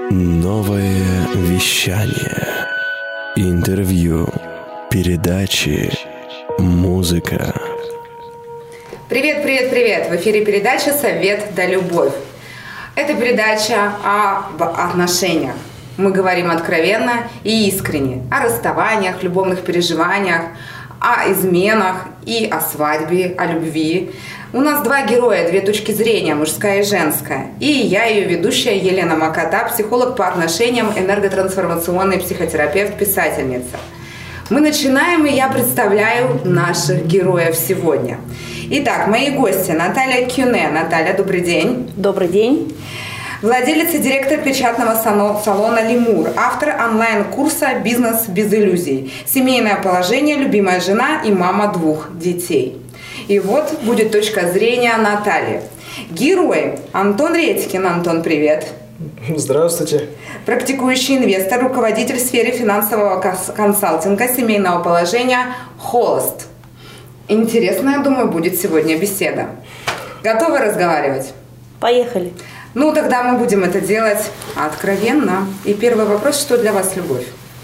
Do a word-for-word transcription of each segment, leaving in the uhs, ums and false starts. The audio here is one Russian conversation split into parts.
Новое вещание. Интервью. Передачи. Музыка. Привет, привет, привет! В эфире передача «Совет да любовь». Это передача об отношениях. Мы говорим откровенно и искренне о расставаниях, любовных переживаниях, о изменах и о свадьбе, о любви. У нас два героя, две точки зрения, мужская и женская. И я, ее ведущая, Елена Макота, психолог по отношениям, энерготрансформационный психотерапевт, писательница. Мы начинаем, и я представляю наших героев сегодня. Итак, мои гости. Наталья Кюне. Наталья, добрый день. Добрый день. Владелец и директор печатного салона «Лемур», автор онлайн-курса «Бизнес без иллюзий», семейное положение, любимая жена и мама двух детей. И вот будет точка зрения Натальи. Герои. Антон Редькин. Антон, привет. Здравствуйте. Практикующий инвестор, руководитель в сфере финансового консалтинга, семейного положения «Холост». Интересная, я думаю, будет сегодня беседа. Готовы разговаривать? Поехали. Ну, тогда мы будем это делать откровенно. И первый вопрос: что для вас любовь?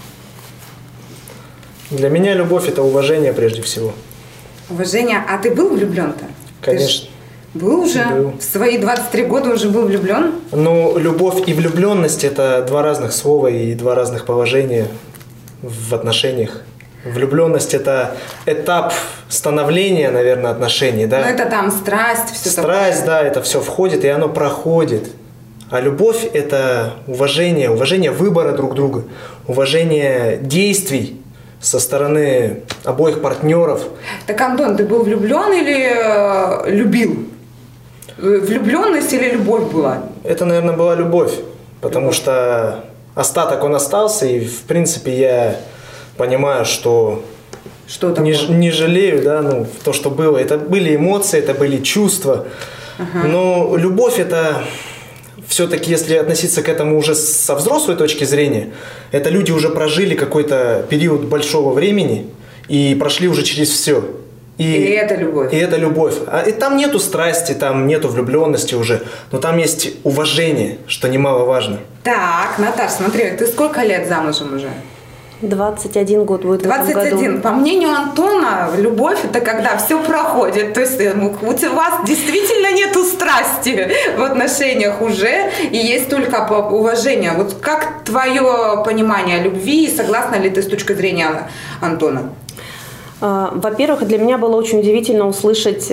Для меня любовь – это уважение прежде всего. Уважение. А ты был влюблен-то? Конечно. Был уже? Был. В свои двадцать три года уже был влюблен? Ну, любовь и влюбленность – это два разных слова и два разных положения в отношениях. Влюбленность – это этап становления, наверное, отношений, да? Ну, это там страсть, все такое. Страсть, да, это все входит, и оно проходит. А любовь – это уважение, уважение выбора друг друга, уважение действий со стороны обоих партнеров. Так, Антон, ты был влюблен или э, любил? Влюбленность или любовь была? Это, наверное, была любовь, потому любовь. Что остаток он остался, и, в принципе, я понимаю, что, что не, не жалею, да, ну, то, что было. Это были эмоции, это были чувства. Ага. Но любовь – это все-таки, если относиться к этому уже со взрослой точки зрения, это люди уже прожили какой-то период большого времени и прошли уже через все. И, и это любовь. И это любовь. А, и там нету страсти, там нету влюбленности уже, но там есть уважение, что немаловажно. Так, Наташ, смотри, ты сколько лет замужем уже? двадцать один год будет двадцать один. в этом году. По мнению Антона, любовь – это когда все проходит. То есть у вас действительно нету страсти в отношениях уже, и есть только уважение. Вот как твое понимание любви, и согласна ли ты с точки зрения Антона? Во-первых, для меня было очень удивительно услышать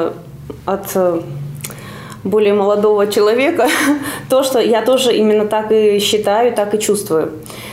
от более молодого человека то, что я тоже именно так и считаю, так и чувствую.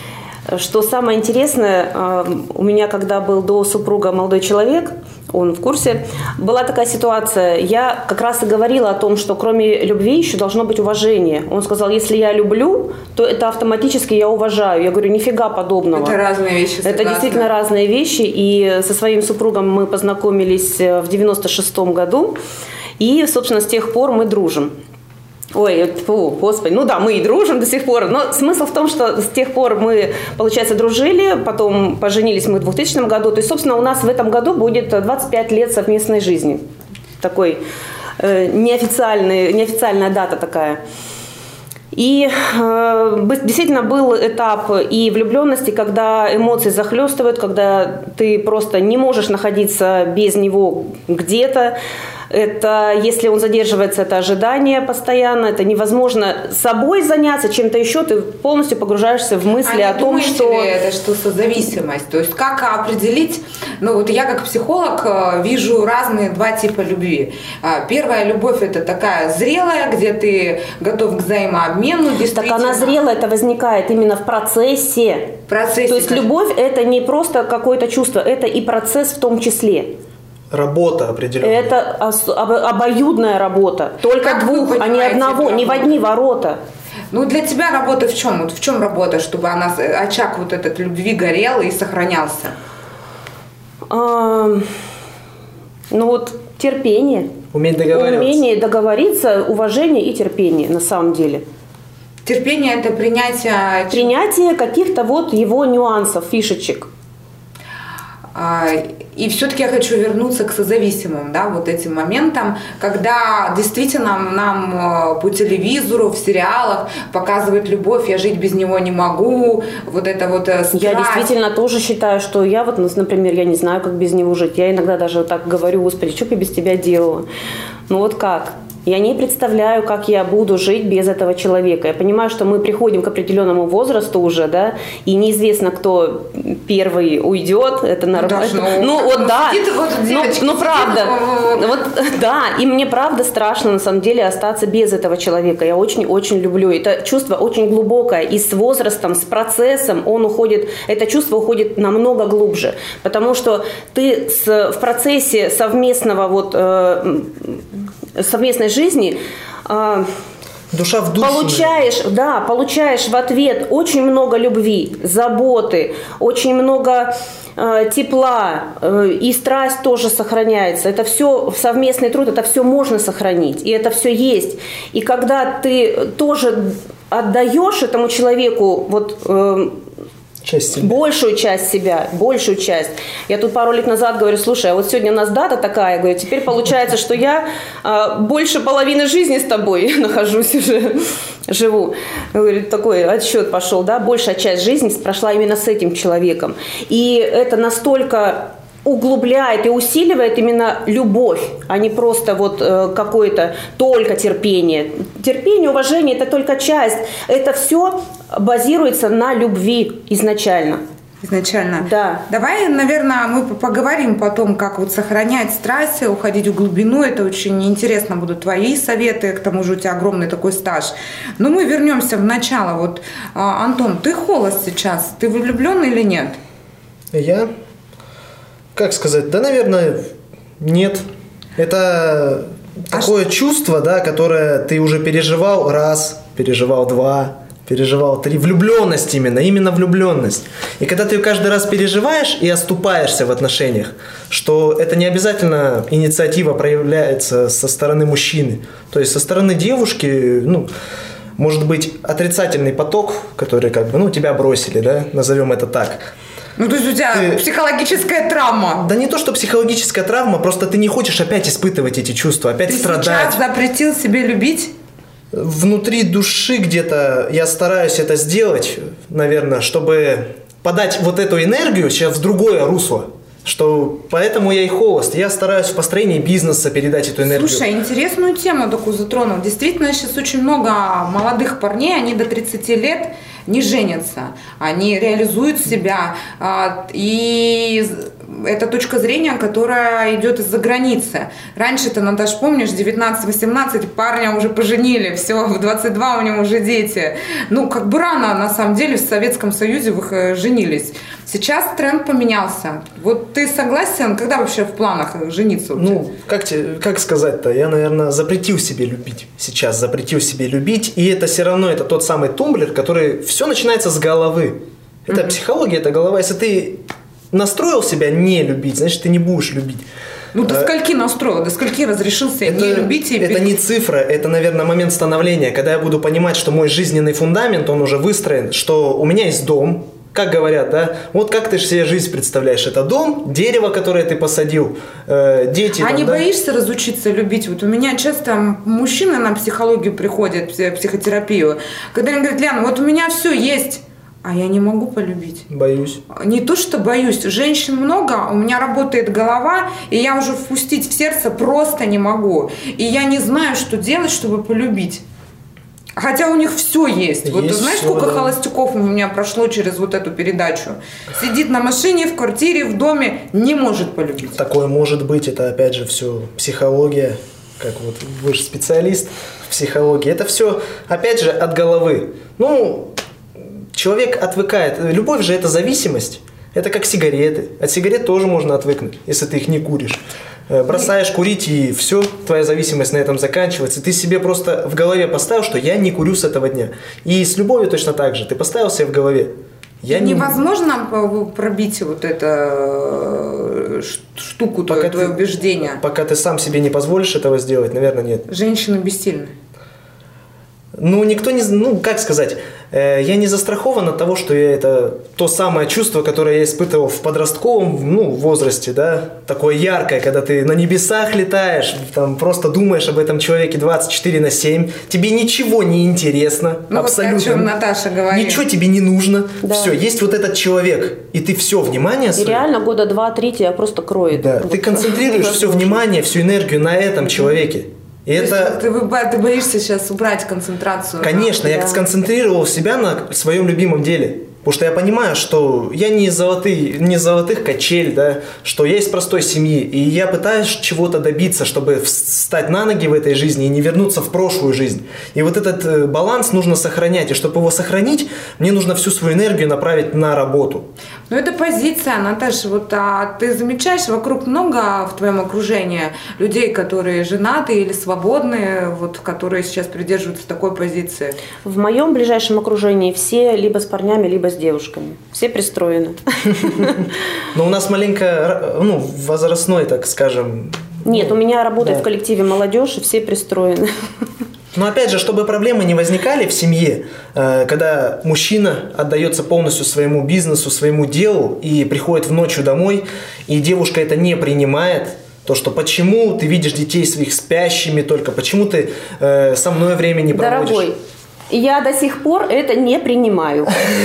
Что самое интересное, у меня, когда был до супруга молодой человек, он в курсе, была такая ситуация. Я как раз и говорила о том, что кроме любви еще должно быть уважение. Он сказал, если я люблю, то это автоматически я уважаю. Я говорю, нифига подобного. Это разные вещи. Согласна. Это действительно разные вещи. И со своим супругом мы познакомились в девяносто шестом году. И, собственно, с тех пор мы дружим. Ой, фу, господи, ну да, мы и дружим до сих пор, но смысл в том, что с тех пор мы, получается, дружили, потом поженились мы в двухтысячном году, то есть, собственно, у нас в этом году будет двадцать пять лет совместной жизни, такой э, неофициальный, неофициальная дата такая. И э, действительно был этап и влюбленности, когда эмоции захлестывают, когда ты просто не можешь находиться без него где-то. Это, если он задерживается, это ожидание постоянно, это невозможно собой заняться, чем-то еще, ты полностью погружаешься в мысли а о том, что... Ли это что созависимость? То есть как определить, ну вот я как психолог вижу разные два типа любви. Первая любовь – это такая зрелая, где ты готов к взаимообмену, действительно. Так она зрелая, это возникает именно в процессе. В процессе. То есть любовь – это не просто какое-то чувство, это и процесс в том числе. Работа определенная. Это обоюдная работа. Только как двух, а не одного, не в одни ворота. Ну, для тебя работа в чем? Вот в чем работа, чтобы она, очаг вот этот любви горел и сохранялся? А, ну вот терпение. Уметь договариваться. Умение договориться, уважение и терпение на самом деле. Терпение – это принятие... Принятие каких-то вот его нюансов, фишечек. И все-таки я хочу вернуться к созависимым, да, вот этим моментам, когда действительно нам по телевизору, в сериалах показывают любовь, я жить без него не могу, вот это вот страсть. Я действительно тоже считаю, что я вот, например, я не знаю, как без него жить. Я иногда даже вот так говорю: Господи, что бы я без тебя делала? Ну вот как? Я не представляю, как я буду жить без этого человека. Я понимаю, что мы приходим к определенному возрасту уже, да, и неизвестно, кто первый уйдет. Это нормально. Ну, ну вот да. Вот, ну, ну правда. Вот, да, и мне правда страшно на самом деле остаться без этого человека. Я очень-очень люблю. Это чувство очень глубокое. И с возрастом, с процессом он уходит, это чувство уходит намного глубже. Потому что ты с, в процессе совместного вот э, совместной жизни э, душа в душу получаешь, да, получаешь в ответ очень много любви, заботы, очень много э, тепла, э, и страсть тоже сохраняется. Это все совместный труд, это все можно сохранить, и это все есть. И когда ты тоже отдаешь этому человеку вот э, часть себя. большую часть себя, большую часть. Я тут пару лет назад говорю: слушай, а вот сегодня у нас дата такая, я говорю, теперь получается, что я а, больше половины жизни с тобой нахожусь уже, живу. Я говорю, такой отсчет пошел, да, большая часть жизни прошла именно с этим человеком. И это настолько углубляет и усиливает именно любовь, а не просто вот э, какое-то только терпение. Терпение, уважение – это только часть. Это все базируется на любви изначально. Изначально. Да. Давай, наверное, мы поговорим потом, как вот сохранять страсть, уходить в глубину. Это очень интересно будут твои советы, к тому же у тебя огромный такой стаж. Но мы вернемся в начало. Вот, Антон, ты холост сейчас, ты влюблен или нет? Я? Как сказать? Да, наверное, нет. Это а такое что? чувство, да, которое ты уже переживал раз, переживал два, переживал три. Влюбленность именно, именно влюбленность. И когда ты ее каждый раз переживаешь и оступаешься в отношениях, что это не обязательно инициатива проявляется со стороны мужчины. То есть со стороны девушки, ну, может быть отрицательный поток, который как бы, ну, тебя бросили, да, назовем это так. Ну, то есть у тебя ты... психологическая травма. Да не то, что психологическая травма, просто ты не хочешь опять испытывать эти чувства, опять ты страдать. Ты сейчас запретил себе любить? Внутри души где-то я стараюсь это сделать, наверное, чтобы подать вот эту энергию сейчас в другое русло. Что поэтому я и холост. Я стараюсь в построении бизнеса передать эту энергию. Слушай, интересную тему такую затронул. Действительно, сейчас очень много молодых парней, они до тридцати лет не женятся. Они реализуют себя. И это точка зрения, которая идет из-за границы. Раньше-то, Наташ, помнишь, девятнадцать-восемнадцать парня уже поженили, все, в двадцать два у него уже дети. Ну, как бы рано, на самом деле, в Советском Союзе вы женились. Сейчас тренд поменялся. Вот ты согласен, когда вообще в планах жениться? Ну, как, тебе, как сказать-то? Я, наверное, запретил себе любить. Сейчас запретил себе любить. И это все равно, это тот самый тумблер, который все начинается с головы. Это mm-hmm. психология, это голова. Если ты настроил себя не любить, значит, ты не будешь любить. Ну, до скольки настроил, до скольки разрешил себя это, не любить? И... Это не цифра, это, наверное, момент становления, когда я буду понимать, что мой жизненный фундамент, он уже выстроен, что у меня есть дом, как говорят, да, вот как ты же себе жизнь представляешь, это дом, дерево, которое ты посадил, э, дети. А там, не да? боишься разучиться любить? Вот у меня часто мужчины на психологию приходят, в психотерапию, когда они говорят: Ляна, вот у меня все есть, а я не могу полюбить. Боюсь. Не то, что боюсь. Женщин много, у меня работает голова, и я уже впустить в сердце просто не могу. И я не знаю, что делать, чтобы полюбить. Хотя у них все есть. есть вот знаешь, сколько да. холостяков у меня прошло через вот эту передачу? Сидит на машине, в квартире, в доме, не может полюбить. Такое может быть, это опять же все психология, как вот вы же специалист в психологии. Это все опять же от головы. Ну, человек отвыкает. Любовь же это зависимость. Это как сигареты. От сигарет тоже можно отвыкнуть, если ты их не куришь. Бросаешь курить, и все, твоя зависимость на этом заканчивается. Ты себе просто в голове поставил, что я не курю с этого дня. И с любовью точно так же. Ты поставил себе в голове. Я Невозможно не... пробить вот эту штуку, пока твое, твое убеждение. Пока ты сам себе не позволишь этого сделать, наверное, нет. Женщины бессильны. Ну, никто не... Ну, как сказать... Я не застрахован от того, что я это то самое чувство, которое я испытывал в подростковом ну, возрасте, да, такое яркое, когда ты на небесах летаешь, там просто думаешь об этом человеке двадцать четыре на семь, тебе ничего не интересно, ну, абсолютно. Вот о чем Наташа говорит. Ничего тебе не нужно, да. Все, есть вот этот человек, и ты все внимание свое. И реально года два-три тебя просто кроет. Да, вот ты концентрируешь все внимание, всю энергию на этом человеке. И это... ты, ты боишься сейчас убрать концентрацию. Конечно, да. я сконцентрировал себя на своем любимом деле. Потому что я понимаю, что я не из золотых, не из золотых качель, да, что я из простой семьи. И я пытаюсь чего-то добиться, чтобы встать на ноги в этой жизни и не вернуться в прошлую жизнь. И вот этот баланс нужно сохранять. И чтобы его сохранить, мне нужно всю свою энергию направить на работу. Ну, это позиция, Наташа. Вот, а ты замечаешь, вокруг много в твоем окружении людей, которые женаты или свободные, вот, которые сейчас придерживаются такой позиции? В моем ближайшем окружении все либо с парнями, либо с девушками. Все пристроены. Но у нас маленько, ну, возрастной, так скажем. Нет, у меня работает да. в коллективе молодежь, и все пристроены. Но опять же, чтобы проблемы не возникали в семье, когда мужчина отдается полностью своему бизнесу, своему делу и приходит в ночью домой, и девушка это не принимает, то, что почему ты видишь детей своих спящими только, почему ты э, со мной время не проводишь. Дорогой, я до сих пор это не принимаю.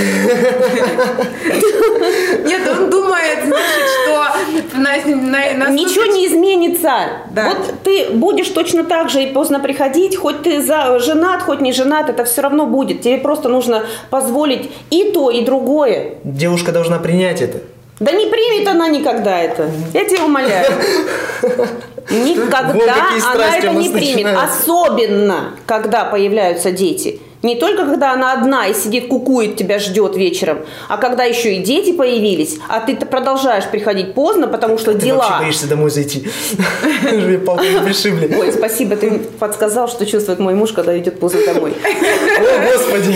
Нет, он думает, значит, что ничего не изменится. Да. Вот ты будешь точно так же и поздно приходить, хоть ты женат, хоть не женат, это все равно будет. Тебе просто нужно позволить и то, и другое. Девушка должна принять это. Да не примет она никогда это. Я тебя умоляю. Никогда она это не примет. Особенно, когда появляются дети. Не только когда она одна и сидит, кукует, тебя ждет вечером, а когда еще и дети появились, а ты продолжаешь приходить поздно, потому что ты дела... Ты вообще боишься домой зайти. Палку не пришибли. Ой, спасибо, ты подсказал, что чувствует мой муж, когда идет поздно домой. О, Господи!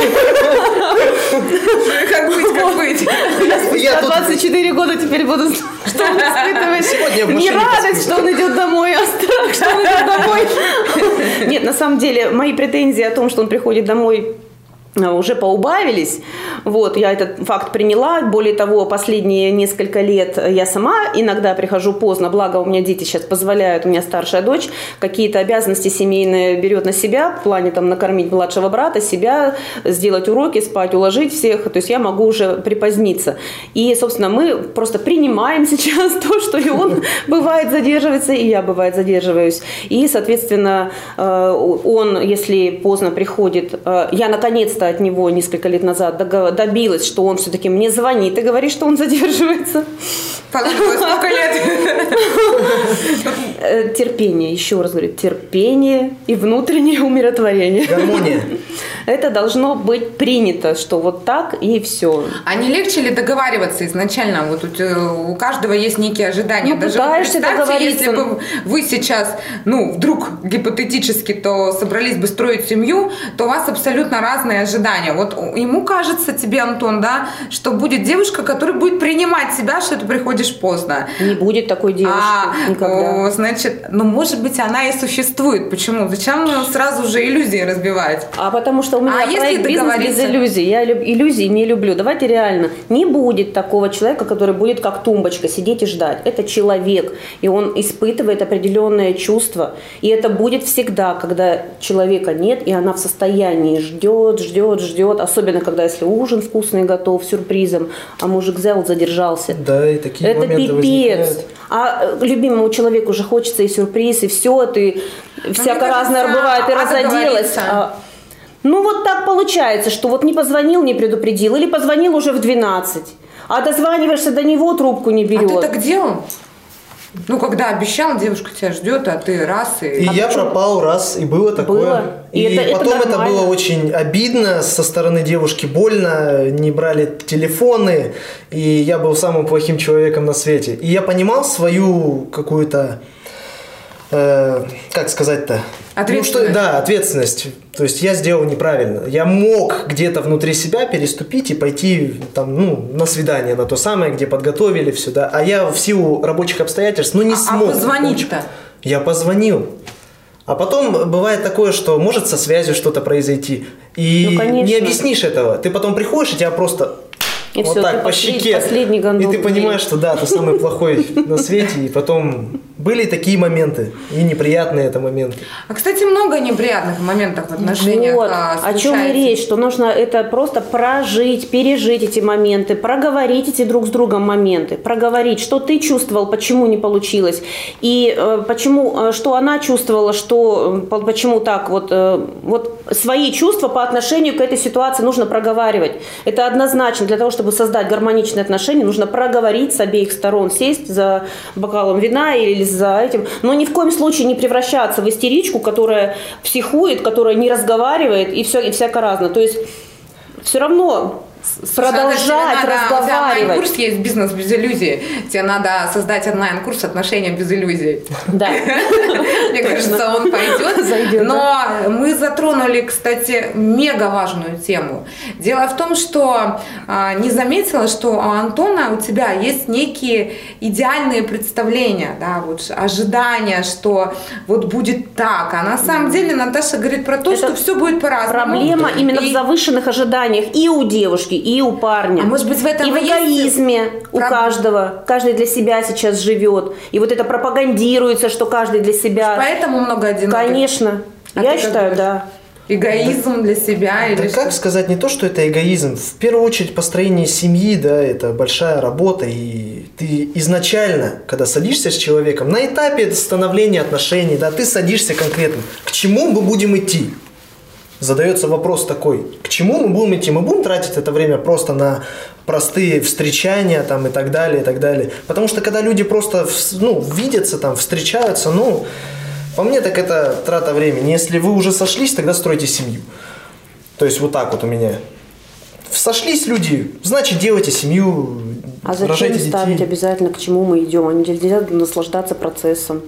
Как быть, как быть? Я двадцать четыре года теперь буду... Что он испытывает? Не радость, что он идет домой, а страх, что он идет домой. Нет, на самом деле, мои претензии о том, что он приходит домой, уже поубавились. Вот, я этот факт приняла. Более того, последние несколько лет я сама иногда прихожу поздно, благо у меня дети сейчас позволяют, у меня старшая дочь, какие-то обязанности семейные берет на себя, в плане там накормить младшего брата, себя, сделать уроки, спать, уложить всех. То есть я могу уже припоздниться. И, собственно, мы просто принимаем сейчас то, что и он бывает задерживается, и я бывает задерживаюсь. И, соответственно, он, если поздно приходит, я наконец-то от него несколько лет назад добилась, что он все-таки мне звонит и говорит, что он задерживается. Сколько лет? Терпение, еще раз говорю, терпение и внутреннее умиротворение. Гармония. Это должно быть принято, что вот так и все. А не легче ли договариваться изначально? Вот у, у каждого есть некие ожидания. Ну, даже пытаешься договориться. Если бы вы сейчас, ну, вдруг гипотетически, то собрались бы строить семью, то у вас абсолютно разные ожидания. Вот ему кажется, тебе, Антон, да, что будет девушка, которая будет принимать себя, что ты приходишь поздно. Не будет такой девушки а, никогда. О, значит, ну, может быть, она и существует. Почему? Зачем сразу же иллюзии разбивать? А потому что у меня а проект «Бизнес без иллюзий». Я люб... иллюзий не люблю. Давайте реально. Не будет такого человека, который будет как тумбочка сидеть и ждать. Это человек, и он испытывает определенное чувство. И это будет всегда, когда человека нет, и она в состоянии ждет, ждет, ждет. Особенно, когда если ужин вкусный готов, сюрпризом, а мужик взял, задержался. Да, и такие это моменты пипец. Возникают. А любимому человеку уже хочется и сюрприз, и все. Ты всяко разное бывает, и разоделась. Ну, вот так получается, что вот не позвонил, не предупредил, или позвонил уже в двенадцать, а дозваниваешься до него, трубку не берет. А ты так делал? Ну, когда обещал, девушка тебя ждет, а ты раз и... И а я почему? пропал раз, и было такое. Было. И, и это, потом это, это было очень обидно со стороны девушки, больно, не брали телефоны, и я был самым плохим человеком на свете. И я понимал свою какую-то, э, как сказать-то? Ответственность. Ну, что, да, ответственность. То есть я сделал неправильно. Я мог где-то внутри себя переступить и пойти там, ну, на свидание, на то самое, где подготовили все, да. А я в силу рабочих обстоятельств, ну, не а, смог. А позвонить-то? Я позвонил. А потом бывает такое, что может со связью что-то произойти. И ну, не объяснишь этого. Ты потом приходишь, и тебя просто и вот все, так по щеке. И ты понимаешь, что да, ты самый плохой на свете. И потом были такие моменты. И неприятные это моменты. А, кстати, много неприятных моментов в отношениях вот. а, О чем и речь, что нужно это просто прожить, пережить эти моменты, проговорить эти друг с другом моменты, проговорить, что ты чувствовал, почему не получилось, и э, почему, что она чувствовала, что э, почему так, вот, э, вот свои чувства по отношению к этой ситуации нужно проговаривать. Это однозначно. Для того, чтобы создать гармоничные отношения, нужно проговорить с обеих сторон, сесть за бокалом вина или за этим, но ни в коем случае не превращаться в истеричку, которая психует, которая не разговаривает и все, и всяко разно. То есть все равно продолжать надо, разговаривать. Онлайн-курс есть «Бизнес без иллюзий». Тебе надо создать онлайн-курс «Отношения без иллюзий». Да. Мне кажется, он пойдет. Но мы затронули, кстати, мега важную тему. Дело в том, что не заметила, что у Антона, у тебя есть некие идеальные представления, да, вот ожидания, что вот будет так. А на самом деле Наташа говорит про то, что все будет по-разному. Проблема именно в завышенных ожиданиях и у девушки, и у парня. А может быть в этом и в эгоизме у Проб... каждого. Каждый для себя сейчас живет. И вот это пропагандируется, что каждый для себя. Поэтому много одиноких. Конечно. А я считаю, да. Эгоизм для себя да или как что? сказать, не то, что это эгоизм. В первую очередь построение семьи, да, это большая работа. И ты изначально, когда садишься с человеком, на этапе становления отношений, да, ты садишься конкретно. К чему мы будем идти? Задается вопрос такой, к чему мы будем идти? Мы будем тратить это время просто на простые встречания там, и так далее, и так далее. Потому что когда люди просто ну, видятся, там, встречаются, ну, по мне так это трата времени. Если вы уже сошлись, тогда стройте семью. То есть вот так вот у меня. Сошлись люди, значит делайте семью, а зачем ставить обязательно, к чему мы идем? Нельзя наслаждаться процессом.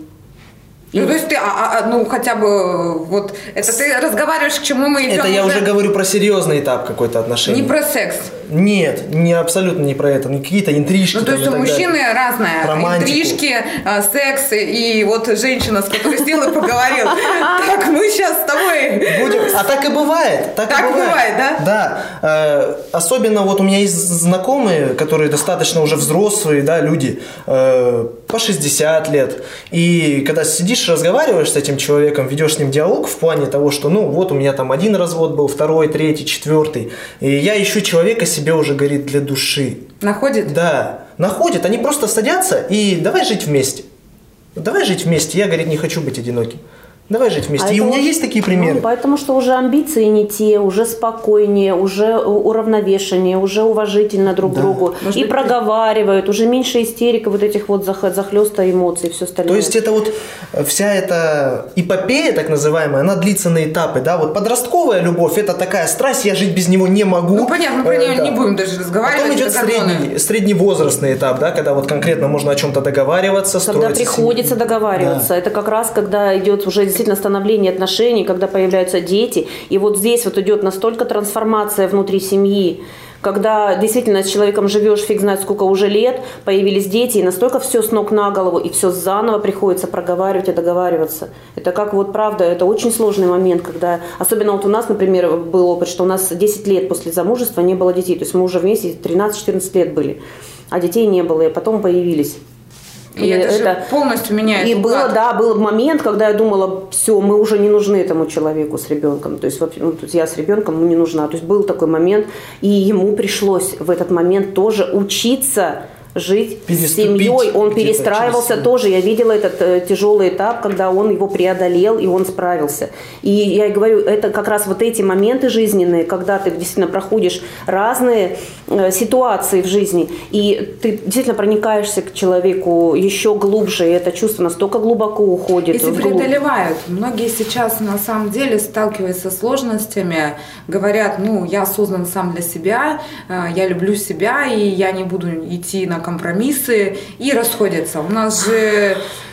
Ну, то есть ты, а, а, ну, хотя бы, вот, это ты разговариваешь, к чему мы идем. Это я уже говорю про серьезный этап какой-то отношений. Не про секс. Нет, не, абсолютно не про это, какие-то интрижки. Ну, то есть у мужчины разное. Романтику. Интрижки, секс и вот женщина, с которой сел и поговорил. Так, мы сейчас с тобой... Будем... А так и бывает. Так, так и бывает. бывает, да? Да. Э, особенно вот у меня есть знакомые, которые достаточно уже взрослые, да, люди, э, по шестьдесят лет. И когда сидишь, разговариваешь с этим человеком, ведешь с ним диалог в плане того, что, ну, вот у меня там один развод был, второй, третий, четвертый. И я ищу человека себе уже, говорит, для души. Находит? Да, находит. Они просто садятся и давай жить вместе. Давай жить вместе. Я, говорит, не хочу быть одиноким. Давай жить вместе. А и у меня уже, есть такие примеры. Ну, потому что уже амбиции не те, уже спокойнее, уже уравновешеннее, уже уважительно друг да. другу. Может и быть, проговаривают, ты... уже меньше истерика, вот этих вот захлеста эмоций и все остальное. То есть это вот вся эта эпопея, так называемая, она длится на этапы. Да? Вот подростковая любовь, это такая страсть, я жить без него не могу. Ну понятно, мы про нее да. не будем даже разговаривать. Потом идет средний, средневозрастный этап, да, когда вот конкретно можно о чем-то договариваться. Когда приходится семью. договариваться. Да. Это как раз, когда идет уже действительно становление отношений, когда появляются дети. И вот здесь вот идет настолько трансформация внутри семьи, когда действительно с человеком живешь фиг знает сколько уже лет, появились дети, и настолько все с ног на голову, и все заново приходится проговаривать и договариваться. Это как вот правда, это очень сложный момент, когда, особенно вот у нас, например, был опыт, что у нас десять лет после замужества не было детей, то есть мы уже вместе тринадцать-четырнадцать лет были, а детей не было, и потом появились. И, и это, это полностью меняет И уклад. было, да, был момент, когда я думала, все, мы уже не нужны этому человеку с ребенком. То есть, ну, то есть я с ребенком ему не нужна. То есть был такой момент, и ему пришлось в этот момент тоже учиться жить с семьей. Он перестраивался тоже. Я видела этот э, тяжелый этап, когда он его преодолел, и он справился. И я говорю, это как раз вот эти моменты жизненные, когда ты действительно проходишь разные э, ситуации в жизни, и ты действительно проникаешься к человеку еще глубже, и это чувство настолько глубоко уходит. Если преодолевают. Многие сейчас на самом деле, сталкиваясь со сложностями, говорят, ну, я создан сам для себя, э, я люблю себя, и я не буду идти на компромиссы, и расходятся. У нас же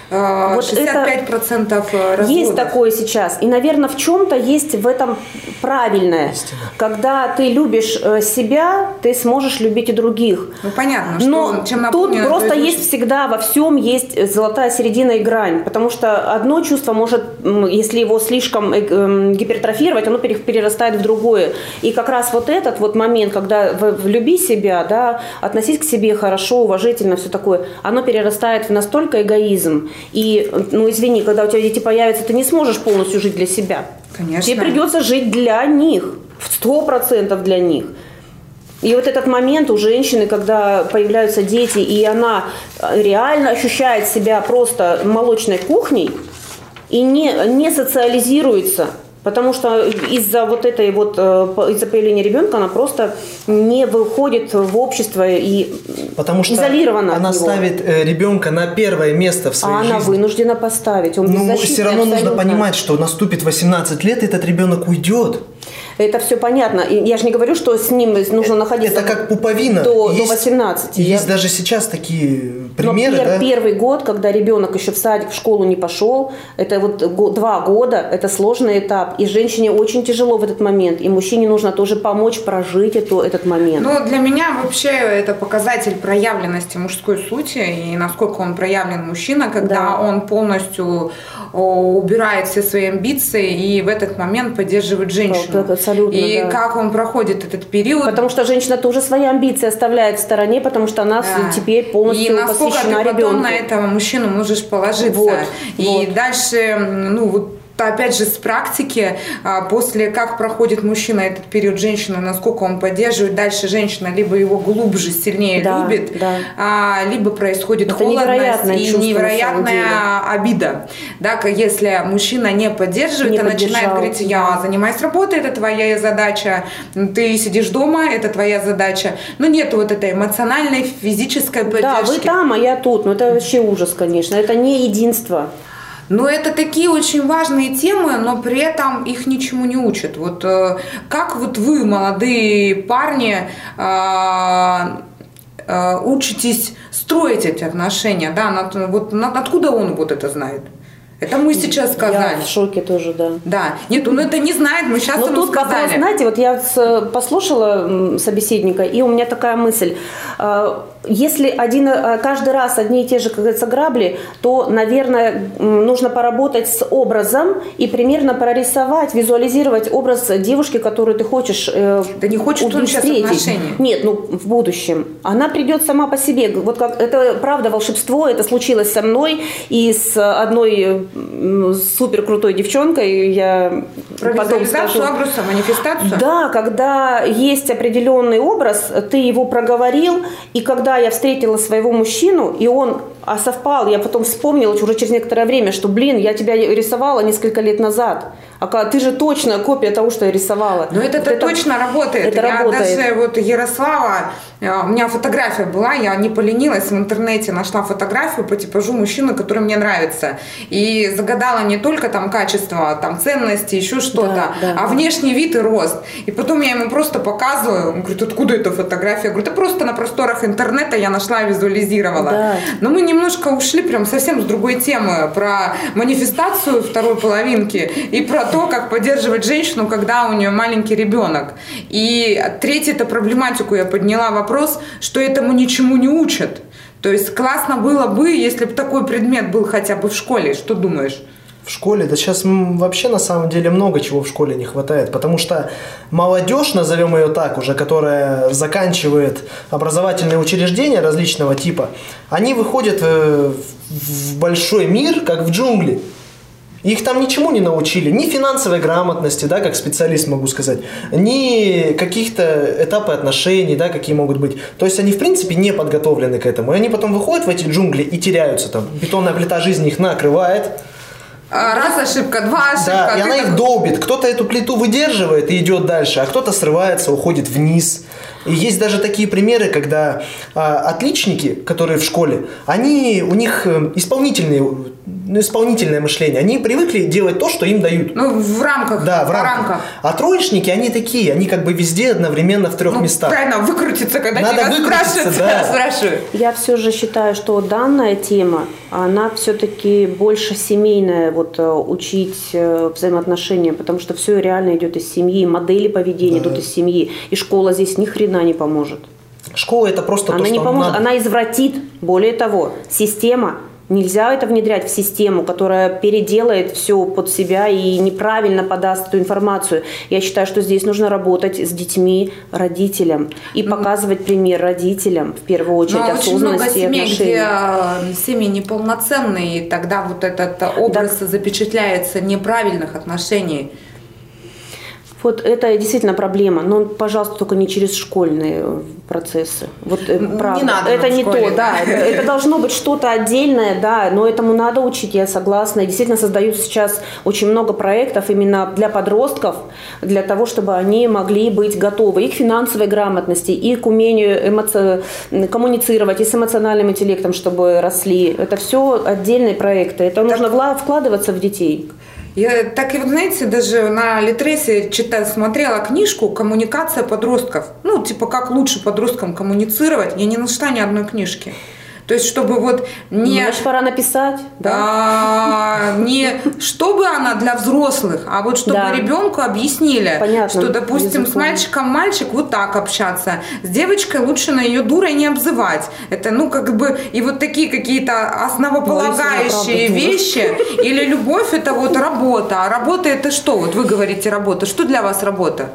шестьдесят пять процентов разводов. Есть такое сейчас. И, наверное, в чем-то есть в этом правильное. Истина. Когда ты любишь себя, ты сможешь любить и других. Ну, понятно, что Но чем тут просто то есть всегда, во всем есть золотая середина и грань. Потому что одно чувство может, если его слишком гипертрофировать, оно перерастает в другое. И как раз вот этот вот момент, когда влюби себя, да, относись к себе хорошо, уважительно, все такое, оно перерастает в настолько эгоизм. И, ну, извини, когда у тебя дети появятся, ты не сможешь полностью жить для себя. Конечно. Тебе придется жить для них, в сто процентов для них. И вот этот момент у женщины, когда появляются дети, и она реально ощущает себя просто молочной кухней и не, не социализируется. Потому что из-за вот этой вот, из-за появления ребенка она просто не выходит в общество и Потому что изолирована она от него. ставит ребенка на первое место в своей а жизни. она вынуждена поставить. Он Но все равно абсолютно. нужно понимать, что наступит восемнадцать лет, и этот ребенок уйдет. Это все понятно. И я же не говорю, что с ним нужно находиться Это как пуповина. до, есть, до восемнадцати. Есть я... даже сейчас такие примеры. Но пер, да? первый год, когда ребенок еще в садик, в школу не пошел, это вот го, два года, это сложный этап. И женщине очень тяжело в этот момент. И мужчине нужно тоже помочь прожить эту, этот момент. Ну, для меня вообще это показатель проявленности мужской сути и насколько он проявлен мужчина, когда Да. он полностью убирает все свои амбиции и в этот момент поддерживает женщину. Это абсолютно, и да. как он проходит этот период. Потому что женщина тоже свои амбиции оставляет в стороне, потому что она Да. теперь полностью и насколько посвящена ты потом ребенку. на этого мужчину можешь положиться. Вот, и вот. дальше, ну вот опять же, с практики, после как проходит мужчина этот период, женщина, насколько он поддерживает, дальше женщина либо его глубже, сильнее Да, любит, да. либо происходит Это холодность невероятное и чувство, невероятная обида. Да, если мужчина не поддерживает, Не а начинает поддержал, говорить: я занимаюсь работой, это твоя задача, ты сидишь дома, это твоя задача. Но нет вот этой эмоциональной, физической поддержки. Да, вы там, а я тут. Ну, это вообще ужас, конечно. Это не единство. Но это такие очень важные темы, но при этом их ничему не учат. Вот э, как вот вы, молодые парни, э, э, учитесь строить эти отношения, да? Над, вот, над, откуда он вот это знает? Это мы сейчас сказали. Я в шоке тоже, да. Да. Нет, он это не знает, мы сейчас Но ему тут сказали. вопрос, знаете, вот я с- послушала собеседника, и у меня такая мысль. Если один, каждый раз одни и те же, как говорится, грабли, то, наверное, нужно поработать с образом и примерно прорисовать, визуализировать образ девушки, которую ты хочешь Да не хочет он сейчас встретить. отношений. Нет, ну в будущем. Она придет сама по себе. Вот как это правда волшебство, это случилось со мной и с одной супер крутой девчонкой. Я Про потом визуализацию скажу. образа, манифестацию? Да, когда есть определенный образ, ты его проговорил, и когда я встретила своего мужчину, и он а совпал, я потом вспомнила уже через некоторое время, что, блин, я тебя рисовала несколько лет назад, а ты же точно копия того, что я рисовала. Но это, Вот это точно работает. Это я работает. даже вот Ярослава, у меня фотография была, я не поленилась, в интернете нашла фотографию по типажу мужчины, который мне нравится. И загадала не только там качество, там ценности, еще что-то, Да, да, а да. внешний вид и рост. И потом я ему просто показываю, он говорит: откуда эта фотография? Я говорю: да просто на просторах интернета я нашла и визуализировала. Да. Но мы немножко ушли прям совсем с другой темы, про манифестацию второй половинки и про то, как поддерживать женщину, когда у нее маленький ребенок. И третье, это проблематику я подняла вопрос, что этому ничему не учат. То есть классно было бы, если бы такой предмет был хотя бы в школе. Что думаешь? В школе, да сейчас м, вообще на самом деле много чего в школе не хватает, потому что молодежь, назовем ее так уже, которая заканчивает образовательные учреждения различного типа, они выходят э, в большой мир, как в джунгли. Их там ничему не научили, ни финансовой грамотности, да, как специалист могу сказать, ни каких-то этапов отношений, да, какие могут быть. То есть они, в принципе, не подготовлены к этому. И они потом выходят в эти джунгли и теряются там. Бетонная плита жизни их накрывает. Раз ошибка, два ошибка. Да, и Ты она так- их долбит. Кто-то эту плиту выдерживает и идет дальше, а кто-то срывается, уходит вниз. И есть даже такие примеры, когда а, отличники, которые в школе, они, у них исполнительные, ну, исполнительное мышление, они привыкли делать то, что им дают. Ну, в рамках. Да, в рамках. рамках. А троечники, они такие, они как бы везде одновременно в трех ну, местах. Правильно, выкрутиться, когда Надо тебя спрашивают, да. спрашивают. Я все же считаю, что данная тема, она все-таки больше семейная, вот учить взаимоотношения, потому что все реально идет из семьи, модели поведения да. идут из семьи, и школа здесь ни хрена не поможет. Школа это просто она то, не что поможет, надо. Она извратит. Более того, система. Нельзя это внедрять в систему, которая переделает все под себя и неправильно подаст эту информацию. Я считаю, что здесь нужно работать с детьми, родителям и показывать пример родителям, в первую очередь, Но осознанности и отношений. очень много семей, где семьи неполноценные, и тогда вот этот образ так. запечатляется неправильных отношений. Вот это действительно проблема, но, пожалуйста, только не через школьные процессы. Вот правда. Не надо это не школе, то, да. да. Это должно быть что-то отдельное, да, но этому надо учить, я согласна. И действительно создаются сейчас очень много проектов именно для подростков, для того, чтобы они могли быть готовы и к финансовой грамотности, и к умению эмоци... коммуницировать, и с эмоциональным интеллектом, чтобы росли. Это все отдельные проекты. Это так. нужно вкладываться в детей. Я так и, вот, знаете, даже на Литресе читала, смотрела книжку «Коммуникация подростков». Ну, типа, как лучше подросткам коммуницировать. Я не нашла ни одной книжки. То есть, чтобы вот не... Значит, пора написать, да? А, не чтобы она для взрослых, а вот чтобы да. ребенку объяснили, Понятно. что, допустим, языком. С мальчиком мальчик вот так общаться, с девочкой лучше на ее дурой не обзывать. Это, ну, как бы, и вот такие какие-то основополагающие Ой, вещи. Или любовь – это вот работа. А работа – это что? Вот вы говорите работа. Что для вас работа?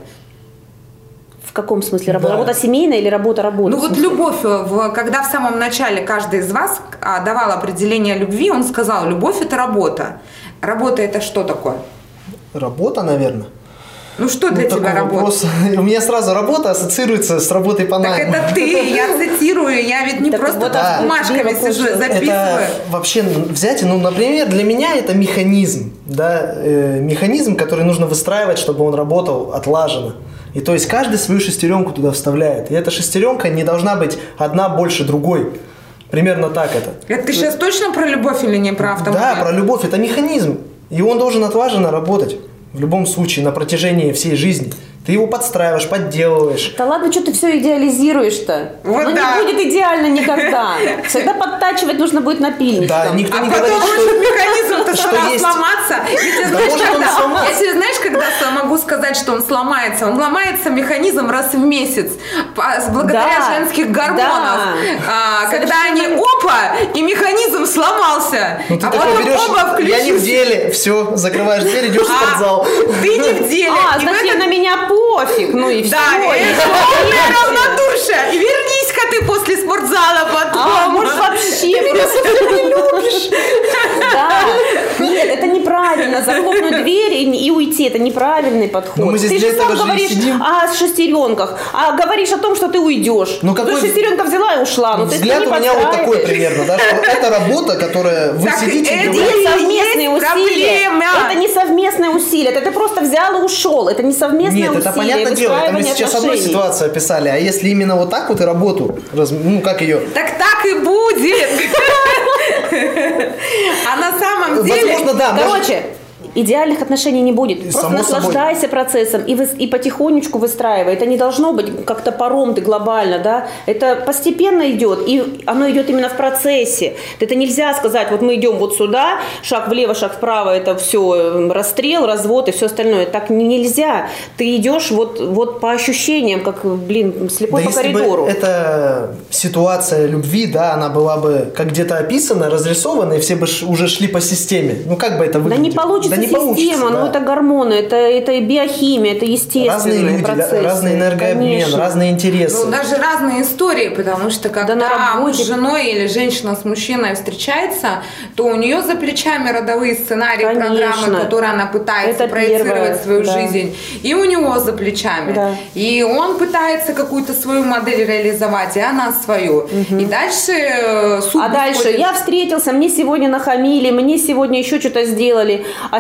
В каком смысле работа? Да. Работа семейная или работа работы? Ну вот любовь, когда в самом начале каждый из вас давал определение любви, он сказал, любовь это работа. Работа это что такое? Работа, наверное. Ну что для ну, тебя работа? Вопрос. У меня сразу работа ассоциируется с работой по найму. Так это ты, я цитирую, я ведь не так просто вот, да. бумажками сижу, записываю. Это вообще взять, ну, например, для меня это механизм, да, э, механизм, который нужно выстраивать, чтобы он работал отлаженно. И то есть каждый свою шестеренку туда вставляет. И эта шестеренка не должна быть одна больше другой. Примерно так это. Это ты сейчас точно про любовь или не про автомобиль? Да, про любовь. Это механизм. И он должен отлаженно работать. В любом случае, на протяжении всей жизни. Ты его подстраиваешь, подделываешь. Да ладно, что ты все идеализируешь-то? Вот ну да. не будет идеально никогда. Всегда подтачивать нужно будет напильничком. Да, никто а не потом говорит, что... механизм-то что стал есть. сломаться. Я тебе, Да знаешь, может когда... он сломаться. Я тебе, знаешь, когда могу сказать, что он сломается? Он ломается механизм раз в месяц. Благодаря да. женских гормонов. Да. А, когда они опа, и механизм сломался. Ну, ты а такой потом берешь, оба включился. я не в деле. Все, закрываешь дверь, идешь в спортзал. Ты не в деле. А, значит, этом... на меня пофиг. Ну и все. Да, это полное равнодушие. И вернись-ка ты после спортзала потом. А, может, вообще просто не любишь. Да. Нет, это неправильно. Захлопнуть дверь и, и уйти. Это неправильный подход. Но мы здесь ты для же этого сам же говоришь сидим. о шестеренках, а говоришь о том, что ты уйдешь. Ну, какой... Ты шестеренка взяла и ушла. Ну, взгляд у меня вот такой примерно, да, что это работа, которая вы так сидите и это говорите. не совместные усилия. Это не совместные усилия. Это ты просто взял и ушел. Это не совместные Нет, усилия. это понятное дело. Это мы сейчас одну ситуацию описали. А если именно вот так вот и работу, ну как ее? Так так и будет. А на самом деле... Возможно, да. Короче, идеальных отношений не будет. Просто Само наслаждайся собой. процессом и, вы, и потихонечку выстраивай. Это не должно быть как-то паром ты глобально, да. Это постепенно идет, и оно идет именно в процессе. Это нельзя сказать, вот мы идем вот сюда, шаг влево, шаг вправо, это все расстрел, развод и все остальное. Так нельзя. Ты идешь вот, вот по ощущениям, как, блин, слепой да по коридору. Бы эта ситуация любви, да, она была бы как где-то описана, разрисована, и все бы уже шли по системе. Ну как бы это выглядело? Да не получится. Да не система, получится, ну да. это гормоны, это, это биохимия, это естественные разные люди, процессы. Разный энергообмен, Конечно. разные интересы. Ну, даже разные истории, потому что когда да муж с женой или женщина с мужчиной встречается, то у нее за плечами родовые сценарии, Конечно. программы, которые она пытается это проецировать первое, свою да. жизнь. И у него за плечами. Да. И он пытается какую-то свою модель реализовать, и она свою. Угу. И дальше суд А дальше выходит... я встретился, мне сегодня нахамили, мне сегодня еще что-то сделали, а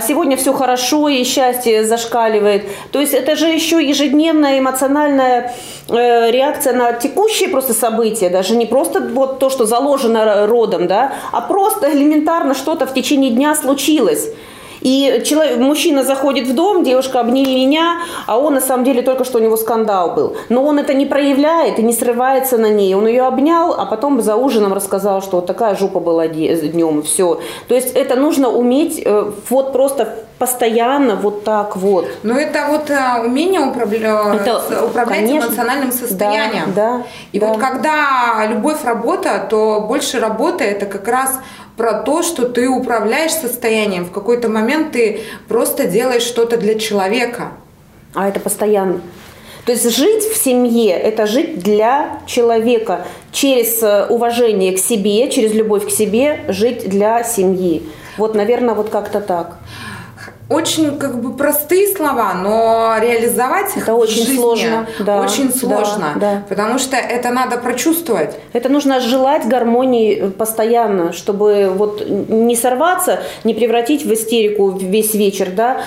сегодня все хорошо, и счастье зашкаливает. То есть это же еще ежедневная эмоциональная э, реакция на текущие просто события, даже не просто вот то, что заложено родом, да, а просто элементарно что-то в течение дня случилось. И человек, мужчина заходит в дом, девушка, обними меня, а он на самом деле только что у него скандал был. Но он это не проявляет и не срывается на ней. Он ее обнял, а потом за ужином рассказал, что вот такая жопа была днем, все. То есть это нужно уметь вот просто постоянно вот так вот. Ну это вот а, умение управля... это, управлять конечно, эмоциональным состоянием. Да, да, и да. вот когда любовь, работа, то больше работа это как раз про то, что ты управляешь состоянием. В какой-то момент ты просто делаешь что-то для человека. А это постоянно. То есть жить в семье – это жить для человека. Через уважение к себе, через любовь к себе жить для семьи. Вот, наверное, вот как-то так. Очень как бы простые слова, но реализовать их это в очень жизни сложно, да, очень сложно, да, да. потому что это надо прочувствовать. Это нужно желать гармонии постоянно, чтобы вот не сорваться, не превратить в истерику весь вечер, да,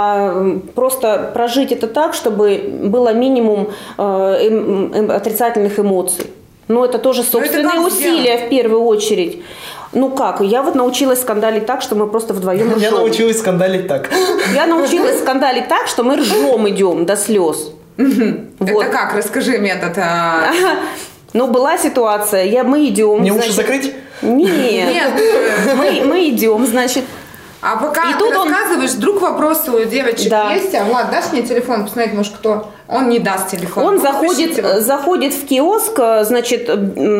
а просто прожить это так, чтобы было минимум э, э, отрицательных эмоций. Но это тоже собственные усилия сделать? В первую очередь. Ну как, я вот научилась скандалить так, что мы просто вдвоем ржем. Я научилась скандалить так. Я научилась скандалить так, что мы ржем идем до слез. Это как? Расскажи метод. Ну, была ситуация, я, мы идем. Мне уши закрыть? Нет, мы, мы идем, значит. А пока и ты тут рассказываешь, он... вдруг вопросы у девочек да. есть. А Влад, дашь мне телефон, посмотреть, может, кто? Он не даст телефон. Он заходит, заходит в киоск, значит,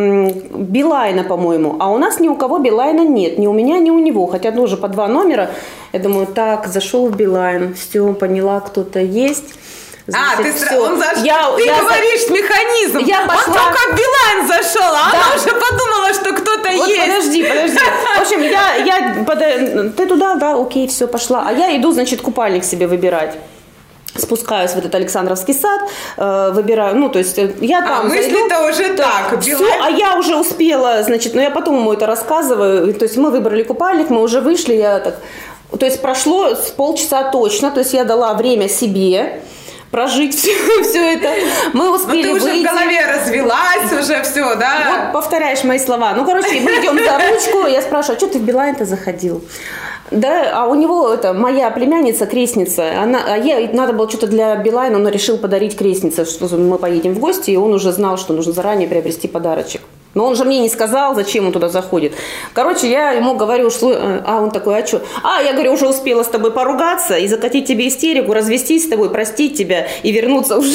Билайна, по-моему. А у нас ни у кого Билайна нет. Ни у меня, ни у него. Хотя тоже по два номера. Я думаю, так, зашел в Билайн. Все, поняла, кто-то есть. Значит, а, ты, все. Он заш... я, ты я говоришь за... механизм. Я пошла... Он только в Билайн зашел, а да. она уже подумала, что кто-то вот есть. Подожди, подожди. В общем, я, я под... ты туда, да, окей, все, пошла. А я иду, значит, купальник себе выбирать. Спускаюсь в этот Александровский сад, э, выбираю, ну, то есть я там... А мысли-то уже так, все, а я уже успела, значит, ну, я потом ему это рассказываю, то есть мы выбрали купальник, мы уже вышли, я так... То есть прошло с полчаса точно, то есть я дала время себе прожить все, все это. Мы успели выйти. Ну, ты уже выйти. В голове развелась, уже все, да? Вот повторяешь мои слова. Ну, короче, мы идем за ручку, я спрашиваю, а что ты в Билайн-то заходил? Да, а у него это моя племянница, крестница, она, а ей надо было что-то для Билайна, он решил подарить крестнице, что мы поедем в гости, и он уже знал, что нужно заранее приобрести подарочек. Но он же мне не сказал, зачем он туда заходит. Короче, я ему говорю, что... А он такой, а что? А, я говорю, уже успела с тобой поругаться и закатить тебе истерику, развестись с тобой, простить тебя и вернуться уже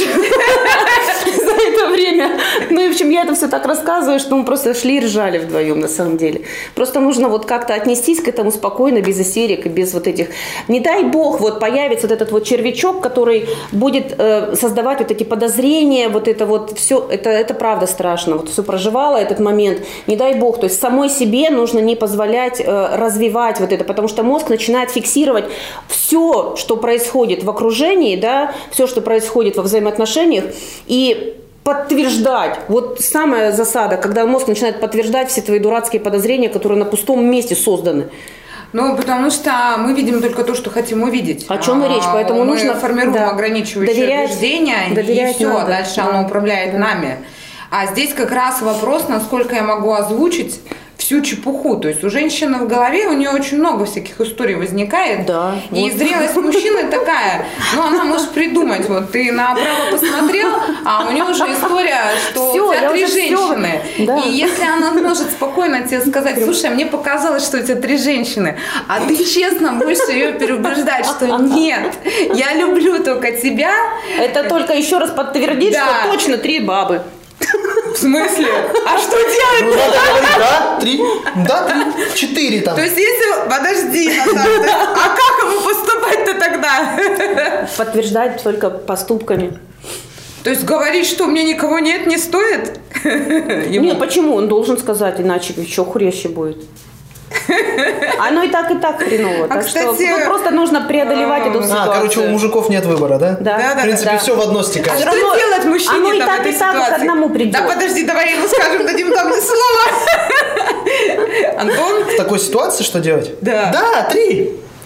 за это время. Ну и в общем, я это все так рассказываю, что мы просто шли и ржали вдвоем на самом деле. Просто нужно вот как-то отнестись к этому спокойно, без истерик и без вот этих... Не дай бог, вот появится вот этот вот червячок, который будет э, создавать вот эти подозрения, вот это вот все, это, это правда страшно. Вот все проживала этот момент, не дай бог, то есть самой себе нужно не позволять э, развивать вот это, потому что мозг начинает фиксировать все, что происходит в окружении, да, все, что происходит во взаимоотношениях, и подтверждать. Вот самая засада, когда мозг начинает подтверждать все твои дурацкие подозрения, которые на пустом месте созданы. Ну, потому что мы видим только то, что хотим увидеть. О чем и речь, поэтому мы нужно формируем да, ограничивающие доверять, убеждения, доверять и все, надо. дальше да. оно управляет да. нами. А здесь как раз вопрос, насколько я могу озвучить всю чепуху. То есть у женщины в голове, у нее очень много всяких историй возникает. Да, и вот. зрелость мужчины такая, ну она может придумать, вот ты направо посмотрел, а у нее уже история, что все, у тебя три женщины. Да. И если она может спокойно тебе сказать, слушай, мне показалось, что у тебя три женщины, а ты честно будешь ее переубеждать, что нет, я люблю только тебя. Это только еще раз подтвердит, да. что точно три бабы. В смысле? А что делать? Ну, надо говорить, да, три, да, три, четыре там. То есть, если... Подожди, Наташа, а как ему поступать-то тогда? Подтверждать только поступками. То есть, говорить, что у меня никого нет, не стоит? Нет, почему? Он должен сказать, иначе еще хреще будет. Оно и так, и так хреново. А, так кстати, что ну, просто нужно преодолевать эту ситуацию. А, короче, у мужиков нет выбора, да? Да, да, в принципе, да. все в одно А стекает. что равно, делать мужчине оно и в так, этой и так ситуации? к одному придет. Да подожди, давай ему скажем, дадим там слово. Антон? В такой ситуации что делать? Да. Да, три.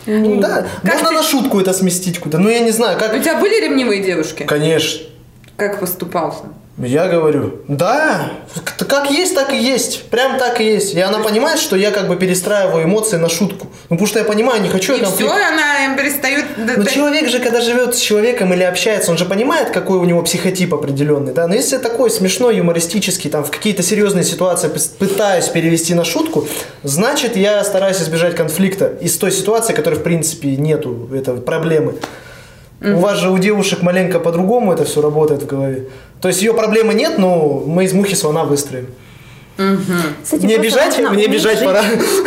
Mm. Да, как можно ты... на шутку это сместить куда. Ну, я не знаю, как... У тебя были ревнивые девушки? Конечно. Как поступался? Я говорю, да, как есть, так и есть. Прям так и есть. И она понимает, что я как бы перестраиваю эмоции на шутку. Ну, потому что я понимаю, не хочу... И все, она перестает... Но человек же, когда живет с человеком или общается, он же понимает, какой у него психотип определенный, да. Но если такой смешной, юмористический, там, в какие-то серьезные ситуации пытаюсь перевести на шутку, значит, я стараюсь избежать конфликта из той ситуации, которой, в принципе, нету этой проблемы. Mm-hmm. У вас же, у девушек, маленько по-другому это все работает в голове. То есть ее проблемы нет, но мы из мухи слона выстроим. Mm-hmm. Мне бежать? Мне бежать пора.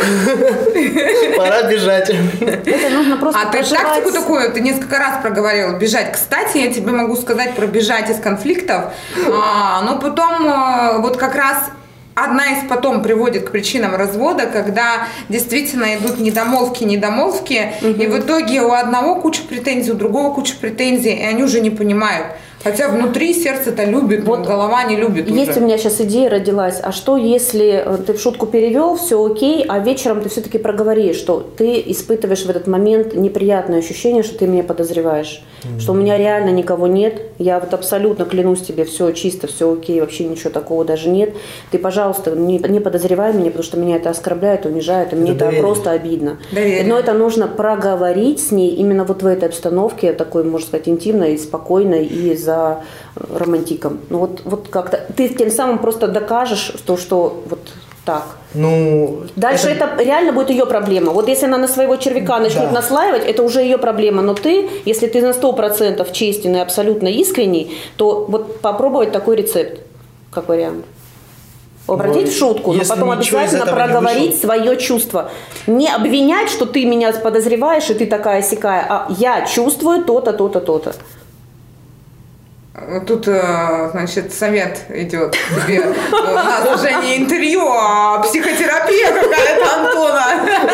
Пора бежать. Это нужно просто А ты тактику такую, ты несколько раз проговорила, бежать. Кстати, я тебе могу сказать про бежать из конфликтов. Но потом вот как раз... Одна из потом приводит к причинам развода, когда действительно идут недомолвки, недомолвки, угу. и в итоге у одного куча претензий, у другого куча претензий, и они уже не понимают. Хотя внутри сердце-то любит, вот голова не любит. Есть уже. У меня сейчас идея родилась. А что, если ты в шутку перевел, все окей, а вечером ты все-таки проговоришь, что ты испытываешь в этот момент неприятное ощущение, что ты меня подозреваешь, mm-hmm. что у меня реально никого нет, я вот абсолютно клянусь тебе, все чисто, все окей, вообще ничего такого даже нет. Ты, пожалуйста, не, не подозревай меня, потому что меня это оскорбляет, унижает, и мне это, это просто обидно. Доверие. Но это нужно проговорить с ней именно вот в этой обстановке, такой, можно сказать, интимной, спокойной и за романтиком. Ну вот, вот как-то ты тем самым просто докажешь, что, что вот так. Ну, дальше это... это реально будет ее проблема. Вот если она на своего червяка начнет да. наслаивать, это уже ее проблема. Но ты, если ты на сто процентов честен и абсолютно искренний, то вот попробовать такой рецепт, как вариант. Обратить в шутку, но потом обязательно проговорить свое чувство. Не обвинять, что ты меня подозреваешь, и ты такая-сякая, а я чувствую то-то, то-то, то-то. Тут, значит, совет идет тебе. У нас уже не интервью, а психотерапия какая-то Антона.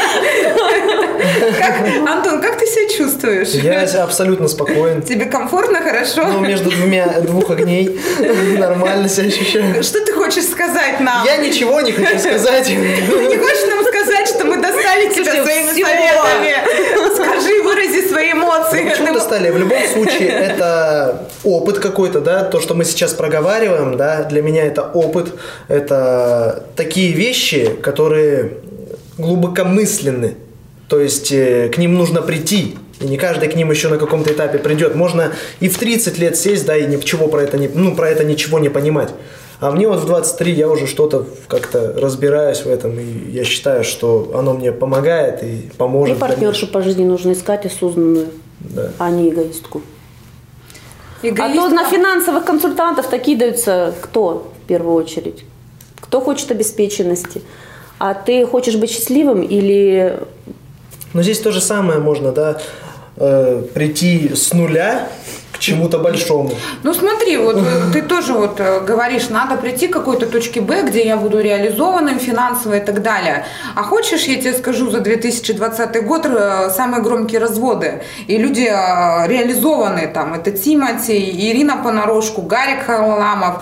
Как, Антон, как ты себя чувствуешь? Я абсолютно спокоен. Тебе комфортно, хорошо? Ну, между двумя, двух огней нормально себя ощущаю. Что ты хочешь сказать нам? Я ничего не хочу сказать. Ты не хочешь нам сказать, что мы достали тебя своими советами? Скажи, вырази свои эмоции. Ну, почему достали? В любом случае, это опыт какой-то, да, то, что мы сейчас проговариваем, да, для меня это опыт, это такие вещи, которые глубокомысленны, то есть э, к ним нужно прийти, и не каждый к ним еще на каком-то этапе придет. Можно и в тридцать лет сесть, да, и ничего про это не, ну, про это ничего не понимать. А мне вот в двадцать три я уже что-то как-то разбираюсь в этом, и я считаю, что оно мне помогает и поможет. И партнершу по жизни нужно искать осознанную, да. а не эгоистку. Эгоистка. А то на финансовых консультантов такие даются кто в первую очередь? Кто хочет обеспеченности? А ты хочешь быть счастливым или... Ну, здесь то же самое можно, да, э, прийти с нуля к чему-то большому. Ну, смотри, вот ты тоже вот говоришь, надо прийти к какой-то точке Б, где я буду реализованным финансово и так далее. А хочешь, я тебе скажу, за две тысячи двадцатый год самые громкие разводы. И люди реализованные там. Это Тимати, Ирина Понарошку, Гарик Харламов,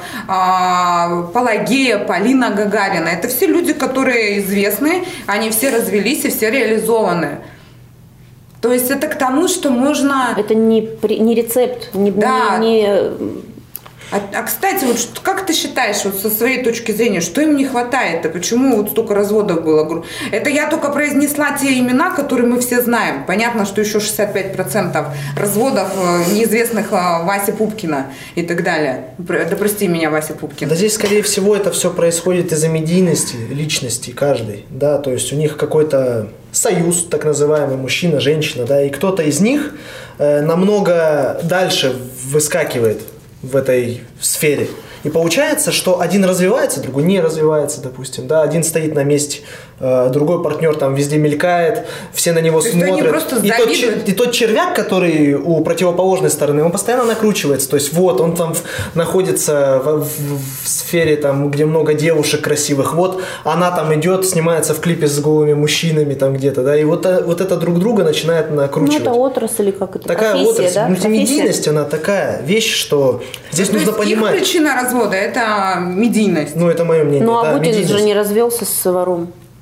Пелагея, Полина Гагарина. Это все люди, которые известны, они все развелись и все реализованы. То есть это к тому, что можно... Это не, не рецепт, не... Да. не, не... А, а, кстати, вот что, как ты считаешь, вот со своей точки зрения, что им не хватает? А почему вот столько разводов было? Это я только произнесла те имена, которые мы все знаем. Понятно, что еще шестьдесят пять процентов разводов неизвестных Васи Пупкина и так далее. Да прости меня, Вася Пупкин. Да здесь, скорее всего, это все происходит из-за медийности личности каждой. Да? То есть у них какой-то союз, так называемый, мужчина, женщина, да, и кто-то из них э, намного дальше выскакивает в этой сфере. И получается, что один развивается, другой не развивается, допустим, да, один стоит на месте, э, другой партнер там везде мелькает, все на него смотрят. И тот, и тот червяк, который у противоположной стороны, он постоянно накручивается. То есть вот он там находится в, в, в сфере, там, где много девушек красивых, вот она там идет, снимается в клипе с голыми мужчинами там где-то, да, и вот, вот это друг друга начинает накручивать. Ну это отрасль, как это, такая профессия, отрасль, да? Мультимедийность, профессия. Она такая вещь, что здесь То нужно есть понимать. Их причина развода – это медийность. Ну, это мое мнение. Ну, а да, Путин медийность. же не развелся с вором.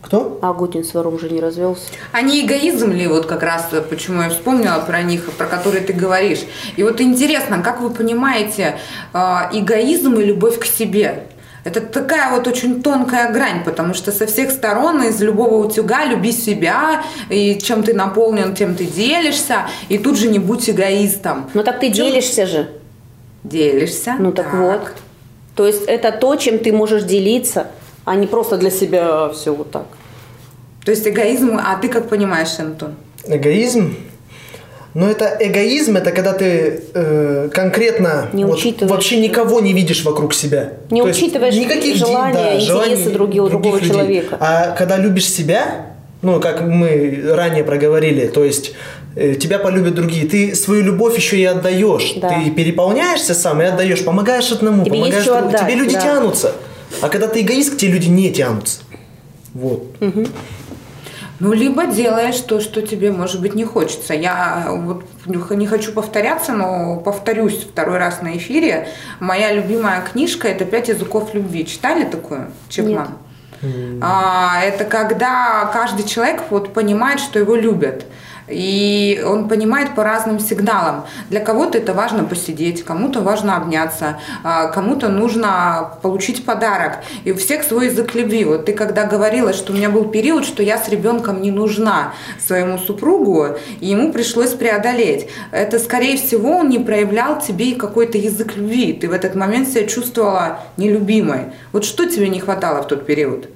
Кто? Агутин с вором же не развелся. Они эгоизм ли, вот как раз почему я вспомнила про них, про которые ты говоришь. И вот интересно, как вы понимаете эгоизм и любовь к себе? Это такая вот очень тонкая грань, потому что со всех сторон, из любого утюга люби себя, и чем ты наполнен, тем ты делишься, и тут же не будь эгоистом. Ну так ты чем... делишься же. Делишься. Ну так, так вот. То есть это то, чем ты можешь делиться, а не просто для себя все вот так. То есть эгоизм, а ты как понимаешь, Антон? Эгоизм? Ну, это эгоизм, это когда ты э, конкретно не вот, вообще никого не видишь вокруг себя. Не То учитываешь никаких желания, да, интересы желаний другого, другого человека. А когда любишь себя, ну, как мы ранее проговорили, то есть э, тебя полюбят другие, ты свою любовь еще и отдаешь. Да. Ты переполняешься сам и отдаешь, помогаешь одному, тебе помогаешь другому. Тебе люди да. тянутся. А когда ты эгоист, к тебе люди не тянутся. Вот. Угу. Ну, либо делаешь то, что тебе, может быть, не хочется. Я вот не хочу повторяться, но повторюсь второй раз на эфире. Моя любимая книжка – это «Пять языков любви». Читали такую, Чепман? Нет. А, это когда каждый человек вот понимает, что его любят. И он понимает по разным сигналам. Для кого-то это важно посидеть, кому-то важно обняться, кому-то нужно получить подарок. И у всех свой язык любви. Вот ты когда говорила, что у меня был период, что я с ребенком не нужна своему супругу, и ему пришлось преодолеть. Это, скорее всего, он не проявлял тебе какой-то язык любви. Ты в этот момент себя чувствовала нелюбимой. Вот что тебе не хватало в тот период?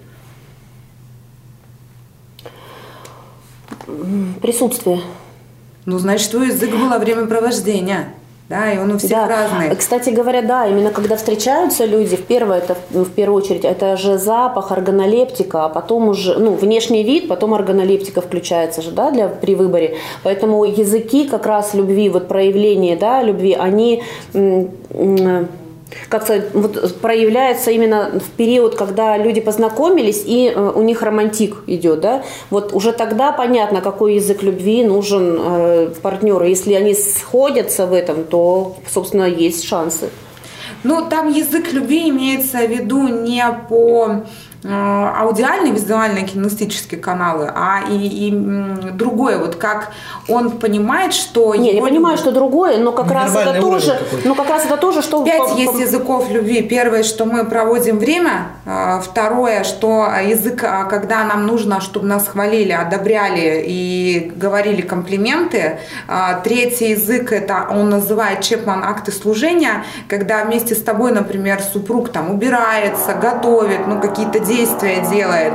Присутствие. Ну, значит, твой язык было времяпровождения. Да, и он у всех да. разный. Кстати говоря, да, именно когда встречаются люди, в первое, это, в первую очередь, это же запах, органолептика, а потом уже, ну, внешний вид, потом органолептика включается же, да, для, при выборе. Поэтому языки как раз любви, вот проявление, да, любви, они... М- м- как сказать, вот проявляется именно в период, когда люди познакомились, и э, у них романтик идет, да, вот уже тогда понятно, какой язык любви нужен э, партнеру. Если они сходятся в этом, то, собственно, есть шансы. Ну, там язык любви имеется в виду не по аудиальные, визуальные, кинестетические каналы, а и, и другое, вот как он понимает, что... Не, я понимаю, что другое, но как раз это тоже, но как раз это тоже, что... Пять по, есть по... языков любви. Первое, что мы проводим время. Второе, что язык, когда нам нужно, чтобы нас хвалили, одобряли и говорили комплименты. Третий язык, это он называет Чепман акты служения, когда вместе с тобой, например, супруг там убирается, готовит, ну какие-то действия делает.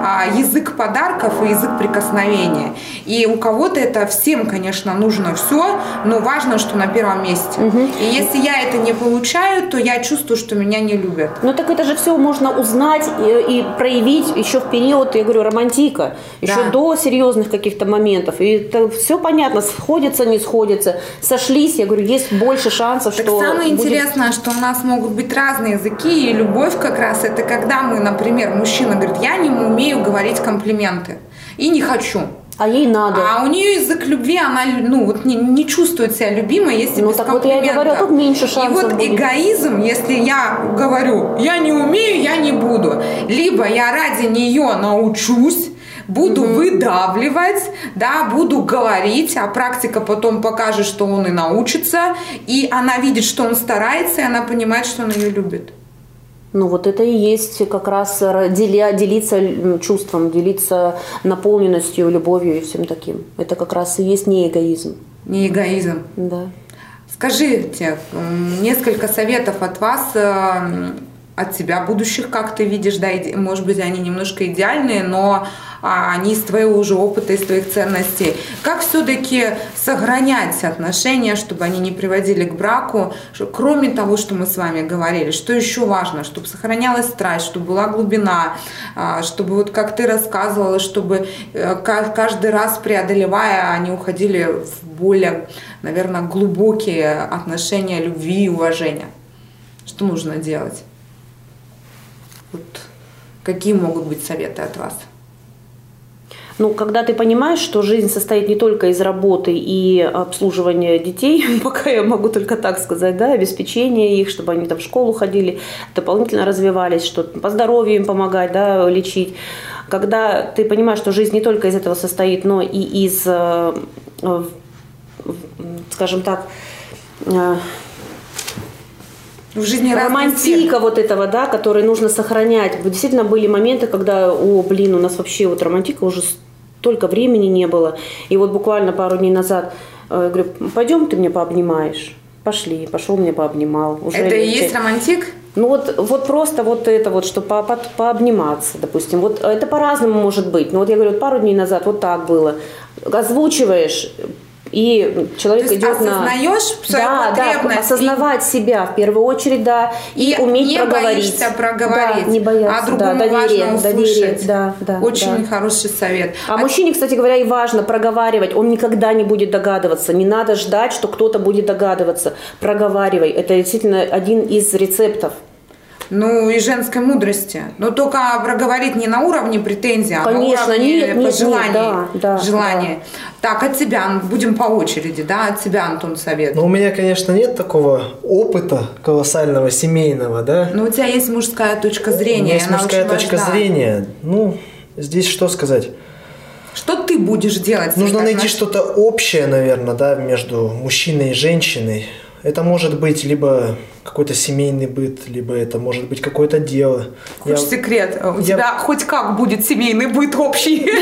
Язык подарков и язык прикосновения. И у кого-то это всем, конечно, нужно все, но важно, что на первом месте. Угу. И если я это не получаю, то я чувствую, что меня не любят. Ну так это же все можно узнать и, и проявить еще в период, я говорю, романтика, еще да. до серьезных каких-то моментов. И это все понятно, сходится, не сходится. Сошлись, я говорю, есть больше шансов, так что... Самое будет... интересное, что у нас могут быть разные языки, и любовь как раз это когда мы, например, мужчина говорит, я не умею говорить комплименты и не хочу. А ей надо. А у нее язык любви, она ну, вот не, не чувствует себя любимой, если ну, без так комплимента. Вот я и говорю, тут меньше шансов И вот будет. Эгоизм, если я говорю, я не умею, я не буду. Либо я ради нее научусь, буду mm-hmm. выдавливать, да, буду говорить, а практика потом покажет, что он и научится, и она видит, что он старается, и она понимает, что он ее любит. Ну вот это и есть как раз деля, делиться чувством, делиться наполненностью, любовью и всем таким. Это как раз и есть не эгоизм. Не эгоизм. Да. Скажите, несколько советов от вас, от себя будущих, как ты видишь, да, может быть, они немножко идеальные, но они из твоего уже опыта, из твоих ценностей. Как все-таки сохранять отношения, чтобы они не приводили к браку, кроме того, что мы с вами говорили, что еще важно, чтобы сохранялась страсть, чтобы была глубина, чтобы, вот как ты рассказывала, чтобы каждый раз преодолевая, они уходили в более, наверное, глубокие отношения любви и уважения. Что нужно делать? Вот. Какие могут быть советы от вас? Ну, когда ты понимаешь, что жизнь состоит не только из работы и обслуживания детей, пока я могу только так сказать, да, обеспечения их, чтобы они там в школу ходили, дополнительно развивались, что по здоровью им помогать, да, лечить. когда ты понимаешь, что жизнь не только из этого состоит, но и из, скажем так, в жизни романтика вот этого, да, который нужно сохранять. Действительно были моменты, когда, о, блин, у нас вообще вот романтика уже столько времени не было. И вот буквально пару дней назад э, говорю, пойдем, ты меня пообнимаешь. Пошли, пошел меня пообнимал. Уже это и легче. Есть романтик? Ну вот, вот просто вот это вот, что по, по, пообниматься, допустим. Вот это по-разному может быть. Но вот я говорю, вот пару дней назад вот так было. Озвучиваешь, и человек То есть идет на... осознаешь свою да, потребность. Да, осознавать и... себя в первую очередь, да, и, и уметь не проговорить. боишься проговорить, да, не бояться, а другому да, доверие, важно услышать. Доверие, да, да, Очень да. хороший совет. А, а мужчине, кстати говоря, и важно проговаривать. Он никогда не будет догадываться. Не надо ждать, что кто-то будет догадываться. Проговаривай. Это действительно один из рецептов. Ну и женской мудрости. Но только проговорить не на уровне претензий, а Конечно, на уровне нет, нет, пожеланий. Нет, да, да, желания. Да. Так, от тебя, будем по очереди, да, от тебя, Антон, совет. Ну, у меня, конечно, нет такого опыта колоссального, семейного, да. Но у тебя есть мужская точка зрения. У меня есть она мужская очень точка важна. зрения. Ну, здесь что сказать? Что ты будешь делать? Нужно найти отнош... что-то общее, наверное, да, между мужчиной и женщиной. Это может быть либо какой-то семейный быт, либо это может быть какое-то дело. Хочешь я... секрет? У я... тебя хоть как будет семейный быт общий. Ты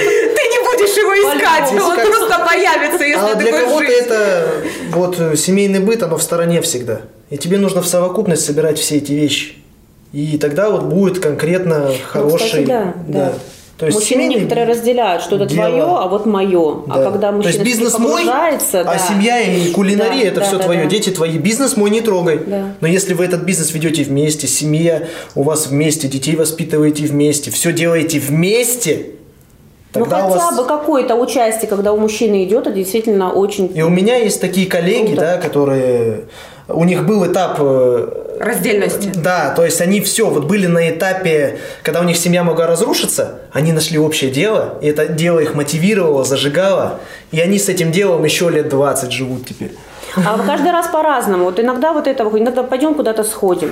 не будешь его искать, он просто появится, если ты будешь жить. А для кого-то это вот семейный быт, оно в стороне всегда. И тебе нужно в совокупность собирать все эти вещи. И тогда вот будет конкретно хороший... Да. То есть мужчины некоторые разделяют, что это дело. Твое, а вот мое. Да. А когда мужчина То есть бизнес мой, да. а семья и кулинария да, это да, все да, твое. Да. Дети твои. Бизнес мой не трогай. Да. Но если вы этот бизнес ведете вместе, семья у вас вместе, детей воспитываете вместе, все делаете вместе, тогда ну у хотя вас... бы какое-то участие, когда у мужчины идет, это действительно очень... И у меня есть такие коллеги, да, которые... У них был этап... Раздельности. Да, то есть они все, вот были на этапе, когда у них семья могла разрушиться, они нашли общее дело, и это дело их мотивировало, зажигало, и они с этим делом еще лет двадцать живут теперь. А каждый раз по-разному. Вот иногда вот это, иногда пойдем куда-то сходим.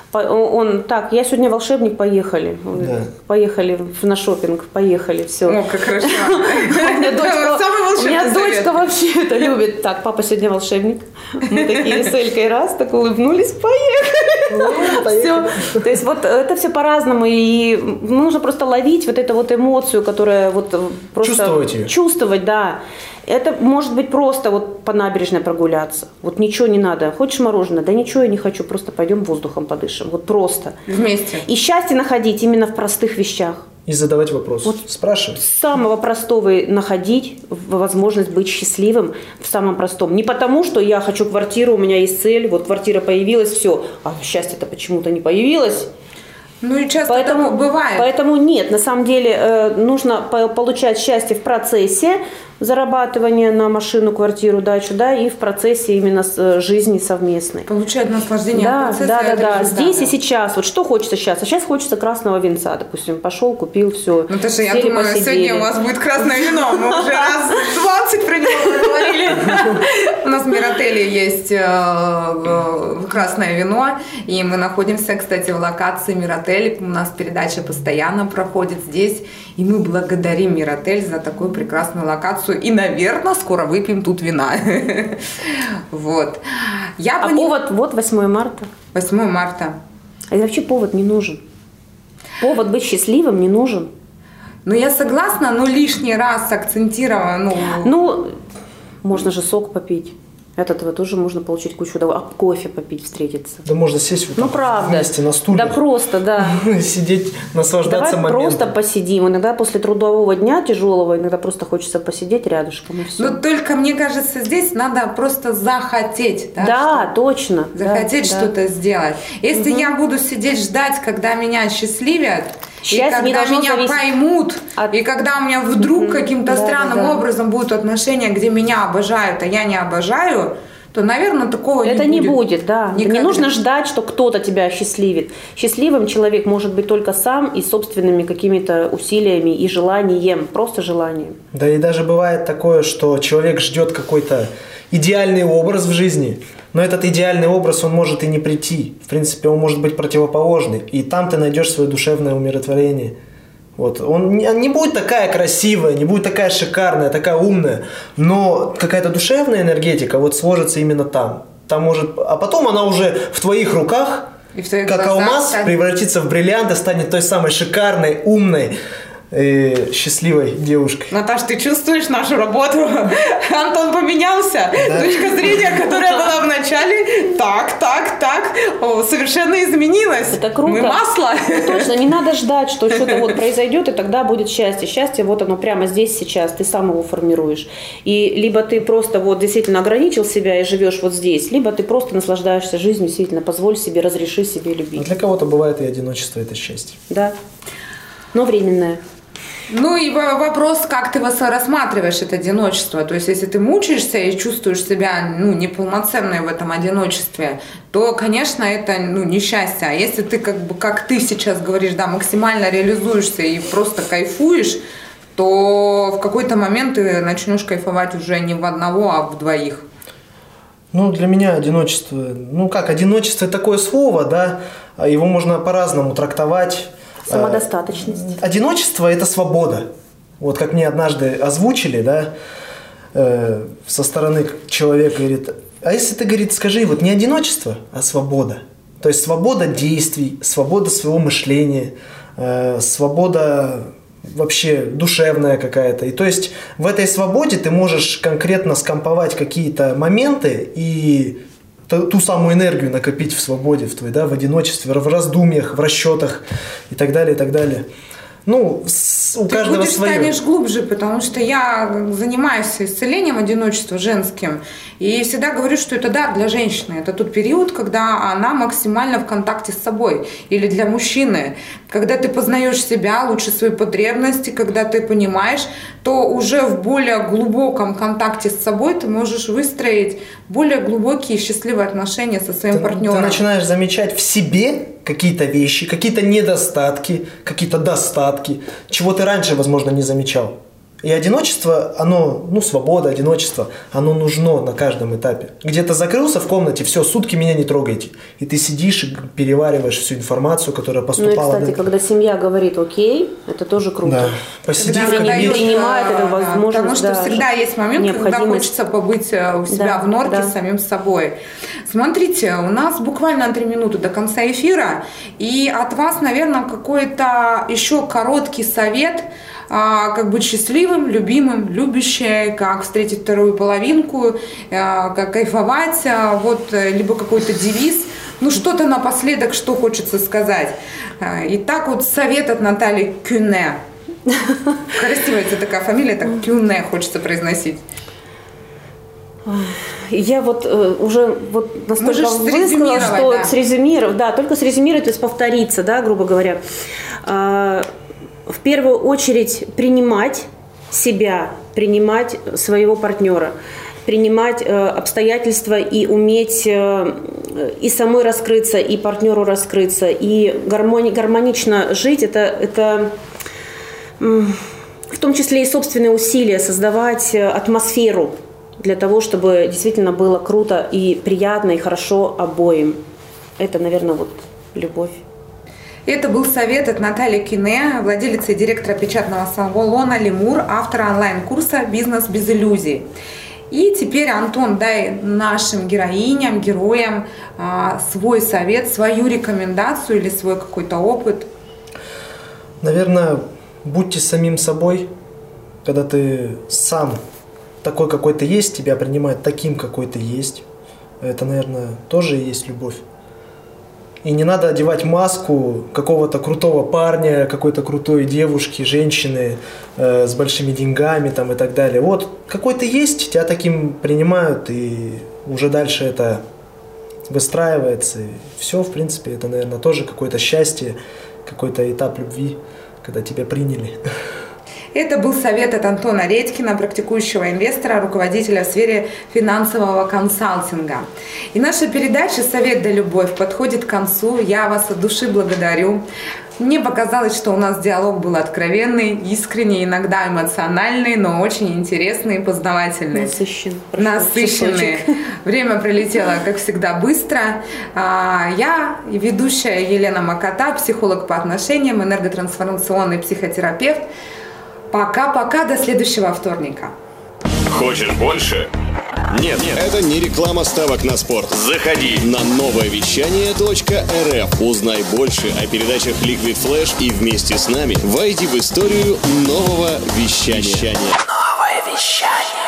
Он, так, я сегодня волшебник, поехали. Да. Поехали на шопинг, поехали, все. О, как хорошо. У меня дочка вообще это любит. Так, папа сегодня волшебник. Мы такие с Элькой раз, так улыбнулись, поехали. Все. То есть вот это все по-разному. И нужно просто ловить вот эту вот эмоцию, которая вот просто... Чувствовать ее. Чувствовать, да. Это может быть просто вот по набережной прогуляться. Вот ничего не надо. Хочешь мороженое? Да ничего я не хочу. Просто пойдем воздухом подышим. Вот просто. Вместе. И счастье находить именно в простых вещах. И задавать вопрос. Вот спрашивать. Самого простого находить возможность быть счастливым в самом простом. Не потому, что я хочу квартиру, у меня есть цель, вот квартира появилась, все. А счастье-то почему-то не появилось. Ну и часто поэтому, так бывает. Поэтому нет, на самом деле э, нужно по- получать счастье в процессе зарабатывания на машину, квартиру, дачу, да, и в процессе именно с, э, жизни совместной. Получать наслаждение да, от процесса. Да, да, да. Здесь да. и сейчас. Вот что хочется сейчас? А сейчас хочется красного винца, допустим. Пошел, купил, все. Ну, Таша, я думаю, посидели. Сегодня у вас будет красное вино. Мы уже раз двадцать про него говорили. У нас в Миротеле есть красное вино, и мы находимся, кстати, в локации Миротель. У нас передача постоянно проходит здесь, и мы благодарим Миротель за такую прекрасную локацию. И, наверное, скоро выпьем тут вина. Вот. Я а поним... повод вот восьмое марта. восьмое марта. А вообще повод не нужен. Повод быть счастливым не нужен. Ну, я согласна, но лишний раз акцентирую. Ну, ну можно же сок попить. От этого тоже можно получить кучу удовольствия. А кофе попить, встретиться. Да можно сесть вот ну, правда. вместе на стуле. Да просто, да. Сидеть, наслаждаться Давай моментом. просто посидим. Иногда после трудового дня тяжелого, иногда просто хочется посидеть рядышком и все. Ну, только мне кажется, здесь надо просто захотеть. Да, да что? Точно. Захотеть да, что-то да. сделать. Если угу. я буду сидеть ждать, когда меня счастливят, счастье и когда меня поймут, от... и когда у меня вдруг угу. каким-то да, странным да, да. образом будут отношения, где меня обожают, а я не обожаю, то, наверное, такого это не будет. Это не будет, да. Никогда. Не нужно ждать, что кто-то тебя счастливит. Счастливым человек может быть только сам и собственными какими-то усилиями и желанием, просто желанием. Да и даже бывает такое, что человек ждет какой-то идеальный образ в жизни, но этот идеальный образ, он может и не прийти. В принципе, он может быть противоположный. И там ты найдешь свое душевное умиротворение. Вот. Он не, не будет такая красивая, не будет такая шикарная, такая умная, но какая-то душевная энергетика вот сложится именно там. Там может, а потом она уже в твоих руках, и в твоих как алмаз, станет... превратится в бриллиант и станет той самой шикарной, умной, э, счастливой девушкой. Наташ, ты чувствуешь нашу работу? Антон поменялся. Да. Точка зрения, которая была в начале, так, так, так, о, совершенно изменилась. Это круто. Мы масло. Точно, не надо ждать, что что-то вот произойдет, и тогда будет счастье. Счастье вот оно прямо здесь, сейчас, ты сам его формируешь. И либо ты просто вот действительно ограничил себя и живешь вот здесь, либо ты просто наслаждаешься жизнью, действительно, позволь себе, разреши себе любить. А для кого-то бывает и одиночество, это счастье. Да, но временное. Ну и вопрос, как ты рассматриваешь это одиночество. То есть, если ты мучаешься и чувствуешь себя ну, неполноценной в этом одиночестве, то, конечно, это ну, несчастье. А если ты, как бы, как ты сейчас говоришь, да, максимально реализуешься и просто кайфуешь, то в какой-то момент ты начнешь кайфовать уже не в одного, а в двоих. Ну, для меня одиночество, ну как, одиночество – это такое слово, да, его можно по-разному трактовать. Самодостаточность. Одиночество – это свобода. Вот как мне однажды озвучили, да, э, со стороны человека, говорит, а если ты, говорит, скажи, вот не одиночество, а свобода. То есть свобода действий, свобода своего мышления, э, свобода вообще душевная какая-то. И то есть в этой свободе ты можешь конкретно скомповать какие-то моменты и ту самую энергию накопить в свободе, в твоей, да, в одиночестве, в раздумьях, в расчетах и так далее, и так далее. Ну, с, у ты каждого будешь свое. станешь глубже, потому что я занимаюсь исцелением одиночества женским, и всегда говорю, что это дар для женщины. Это тот период, когда она максимально в контакте с собой. Или для мужчины. Когда ты познаешь себя, лучше свои потребности, когда ты понимаешь, то уже в более глубоком контакте с собой ты можешь выстроить более глубокие счастливые отношения со своим ты, партнером. Ты начинаешь замечать в себе какие-то вещи, какие-то недостатки, какие-то достатки, чего ты раньше, возможно, не замечал. И одиночество, оно, ну, свобода, одиночество, оно нужно на каждом этапе. Где-то закрылся в комнате, все, сутки меня не трогайте. И ты сидишь и перевариваешь всю информацию, которая поступала. Ну и, кстати, когда семья говорит «окей», это тоже круто. Да. Посиди в когда кабинете. принимает эту возможность. Потому что да, всегда есть момент, когда хочется побыть у себя да, в норке да. с самим собой. Смотрите, у нас буквально три минуты до конца эфира, и от вас, наверное, какой-то еще короткий совет, как быть счастливым, любимым, любящей, как встретить вторую половинку, как кайфовать, вот, либо какой-то девиз. Ну, что-то напоследок, что хочется сказать. Итак, вот совет от Натальи Кюне. Красивая это такая фамилия, так Кюне хочется произносить. Я вот э, уже вот настолько высказала, что да. срезюмировать, да, только срезюмировать, то есть повториться, да, грубо говоря. Э, в первую очередь принимать себя, принимать своего партнера, принимать э, обстоятельства и уметь э, и самой раскрыться, и партнеру раскрыться, и гармони, гармонично жить, это, это э, в том числе и собственные усилия, создавать атмосферу для того, чтобы действительно было круто и приятно, и хорошо обоим. Это, наверное, вот любовь. Это был совет от Натальи Кюне, владелицы и директора печатного салона «Лемур», автора онлайн-курса «Бизнес без иллюзий». И теперь, Антон, дай нашим героиням, героям а, свой совет, свою рекомендацию или свой какой-то опыт. Наверное, будьте самим собой, когда ты сам такой, какой ты есть, тебя принимают таким, какой ты есть. Это, наверное, тоже и есть любовь. И не надо одевать маску какого-то крутого парня, какой-то крутой девушки, женщины э, с большими деньгами там, и так далее. Вот какой ты есть, тебя таким принимают, и уже дальше это выстраивается. И все, в принципе, это, наверное, тоже какое-то счастье, какой-то этап любви, когда тебя приняли. Это был совет от Антона Редькина, практикующего инвестора, руководителя в сфере финансового консалтинга. И наша передача «Совет да любовь» подходит к концу. Я вас от души благодарю. Мне показалось, что у нас диалог был откровенный, искренний, иногда эмоциональный, но очень интересный и познавательный. Насыщенный. Насыщенный. Время пролетело, как всегда, быстро. Я ведущая Елена Макота, психолог по отношениям, энерготрансформационный психотерапевт. Пока-пока, до следующего вторника. Хочешь больше? Нет, нет, это не реклама ставок на спорт. Заходи на новое вещание точка эр эф. Узнай больше о передачах Liquid Flash и вместе с нами войди в историю нового вещания. Новое вещание.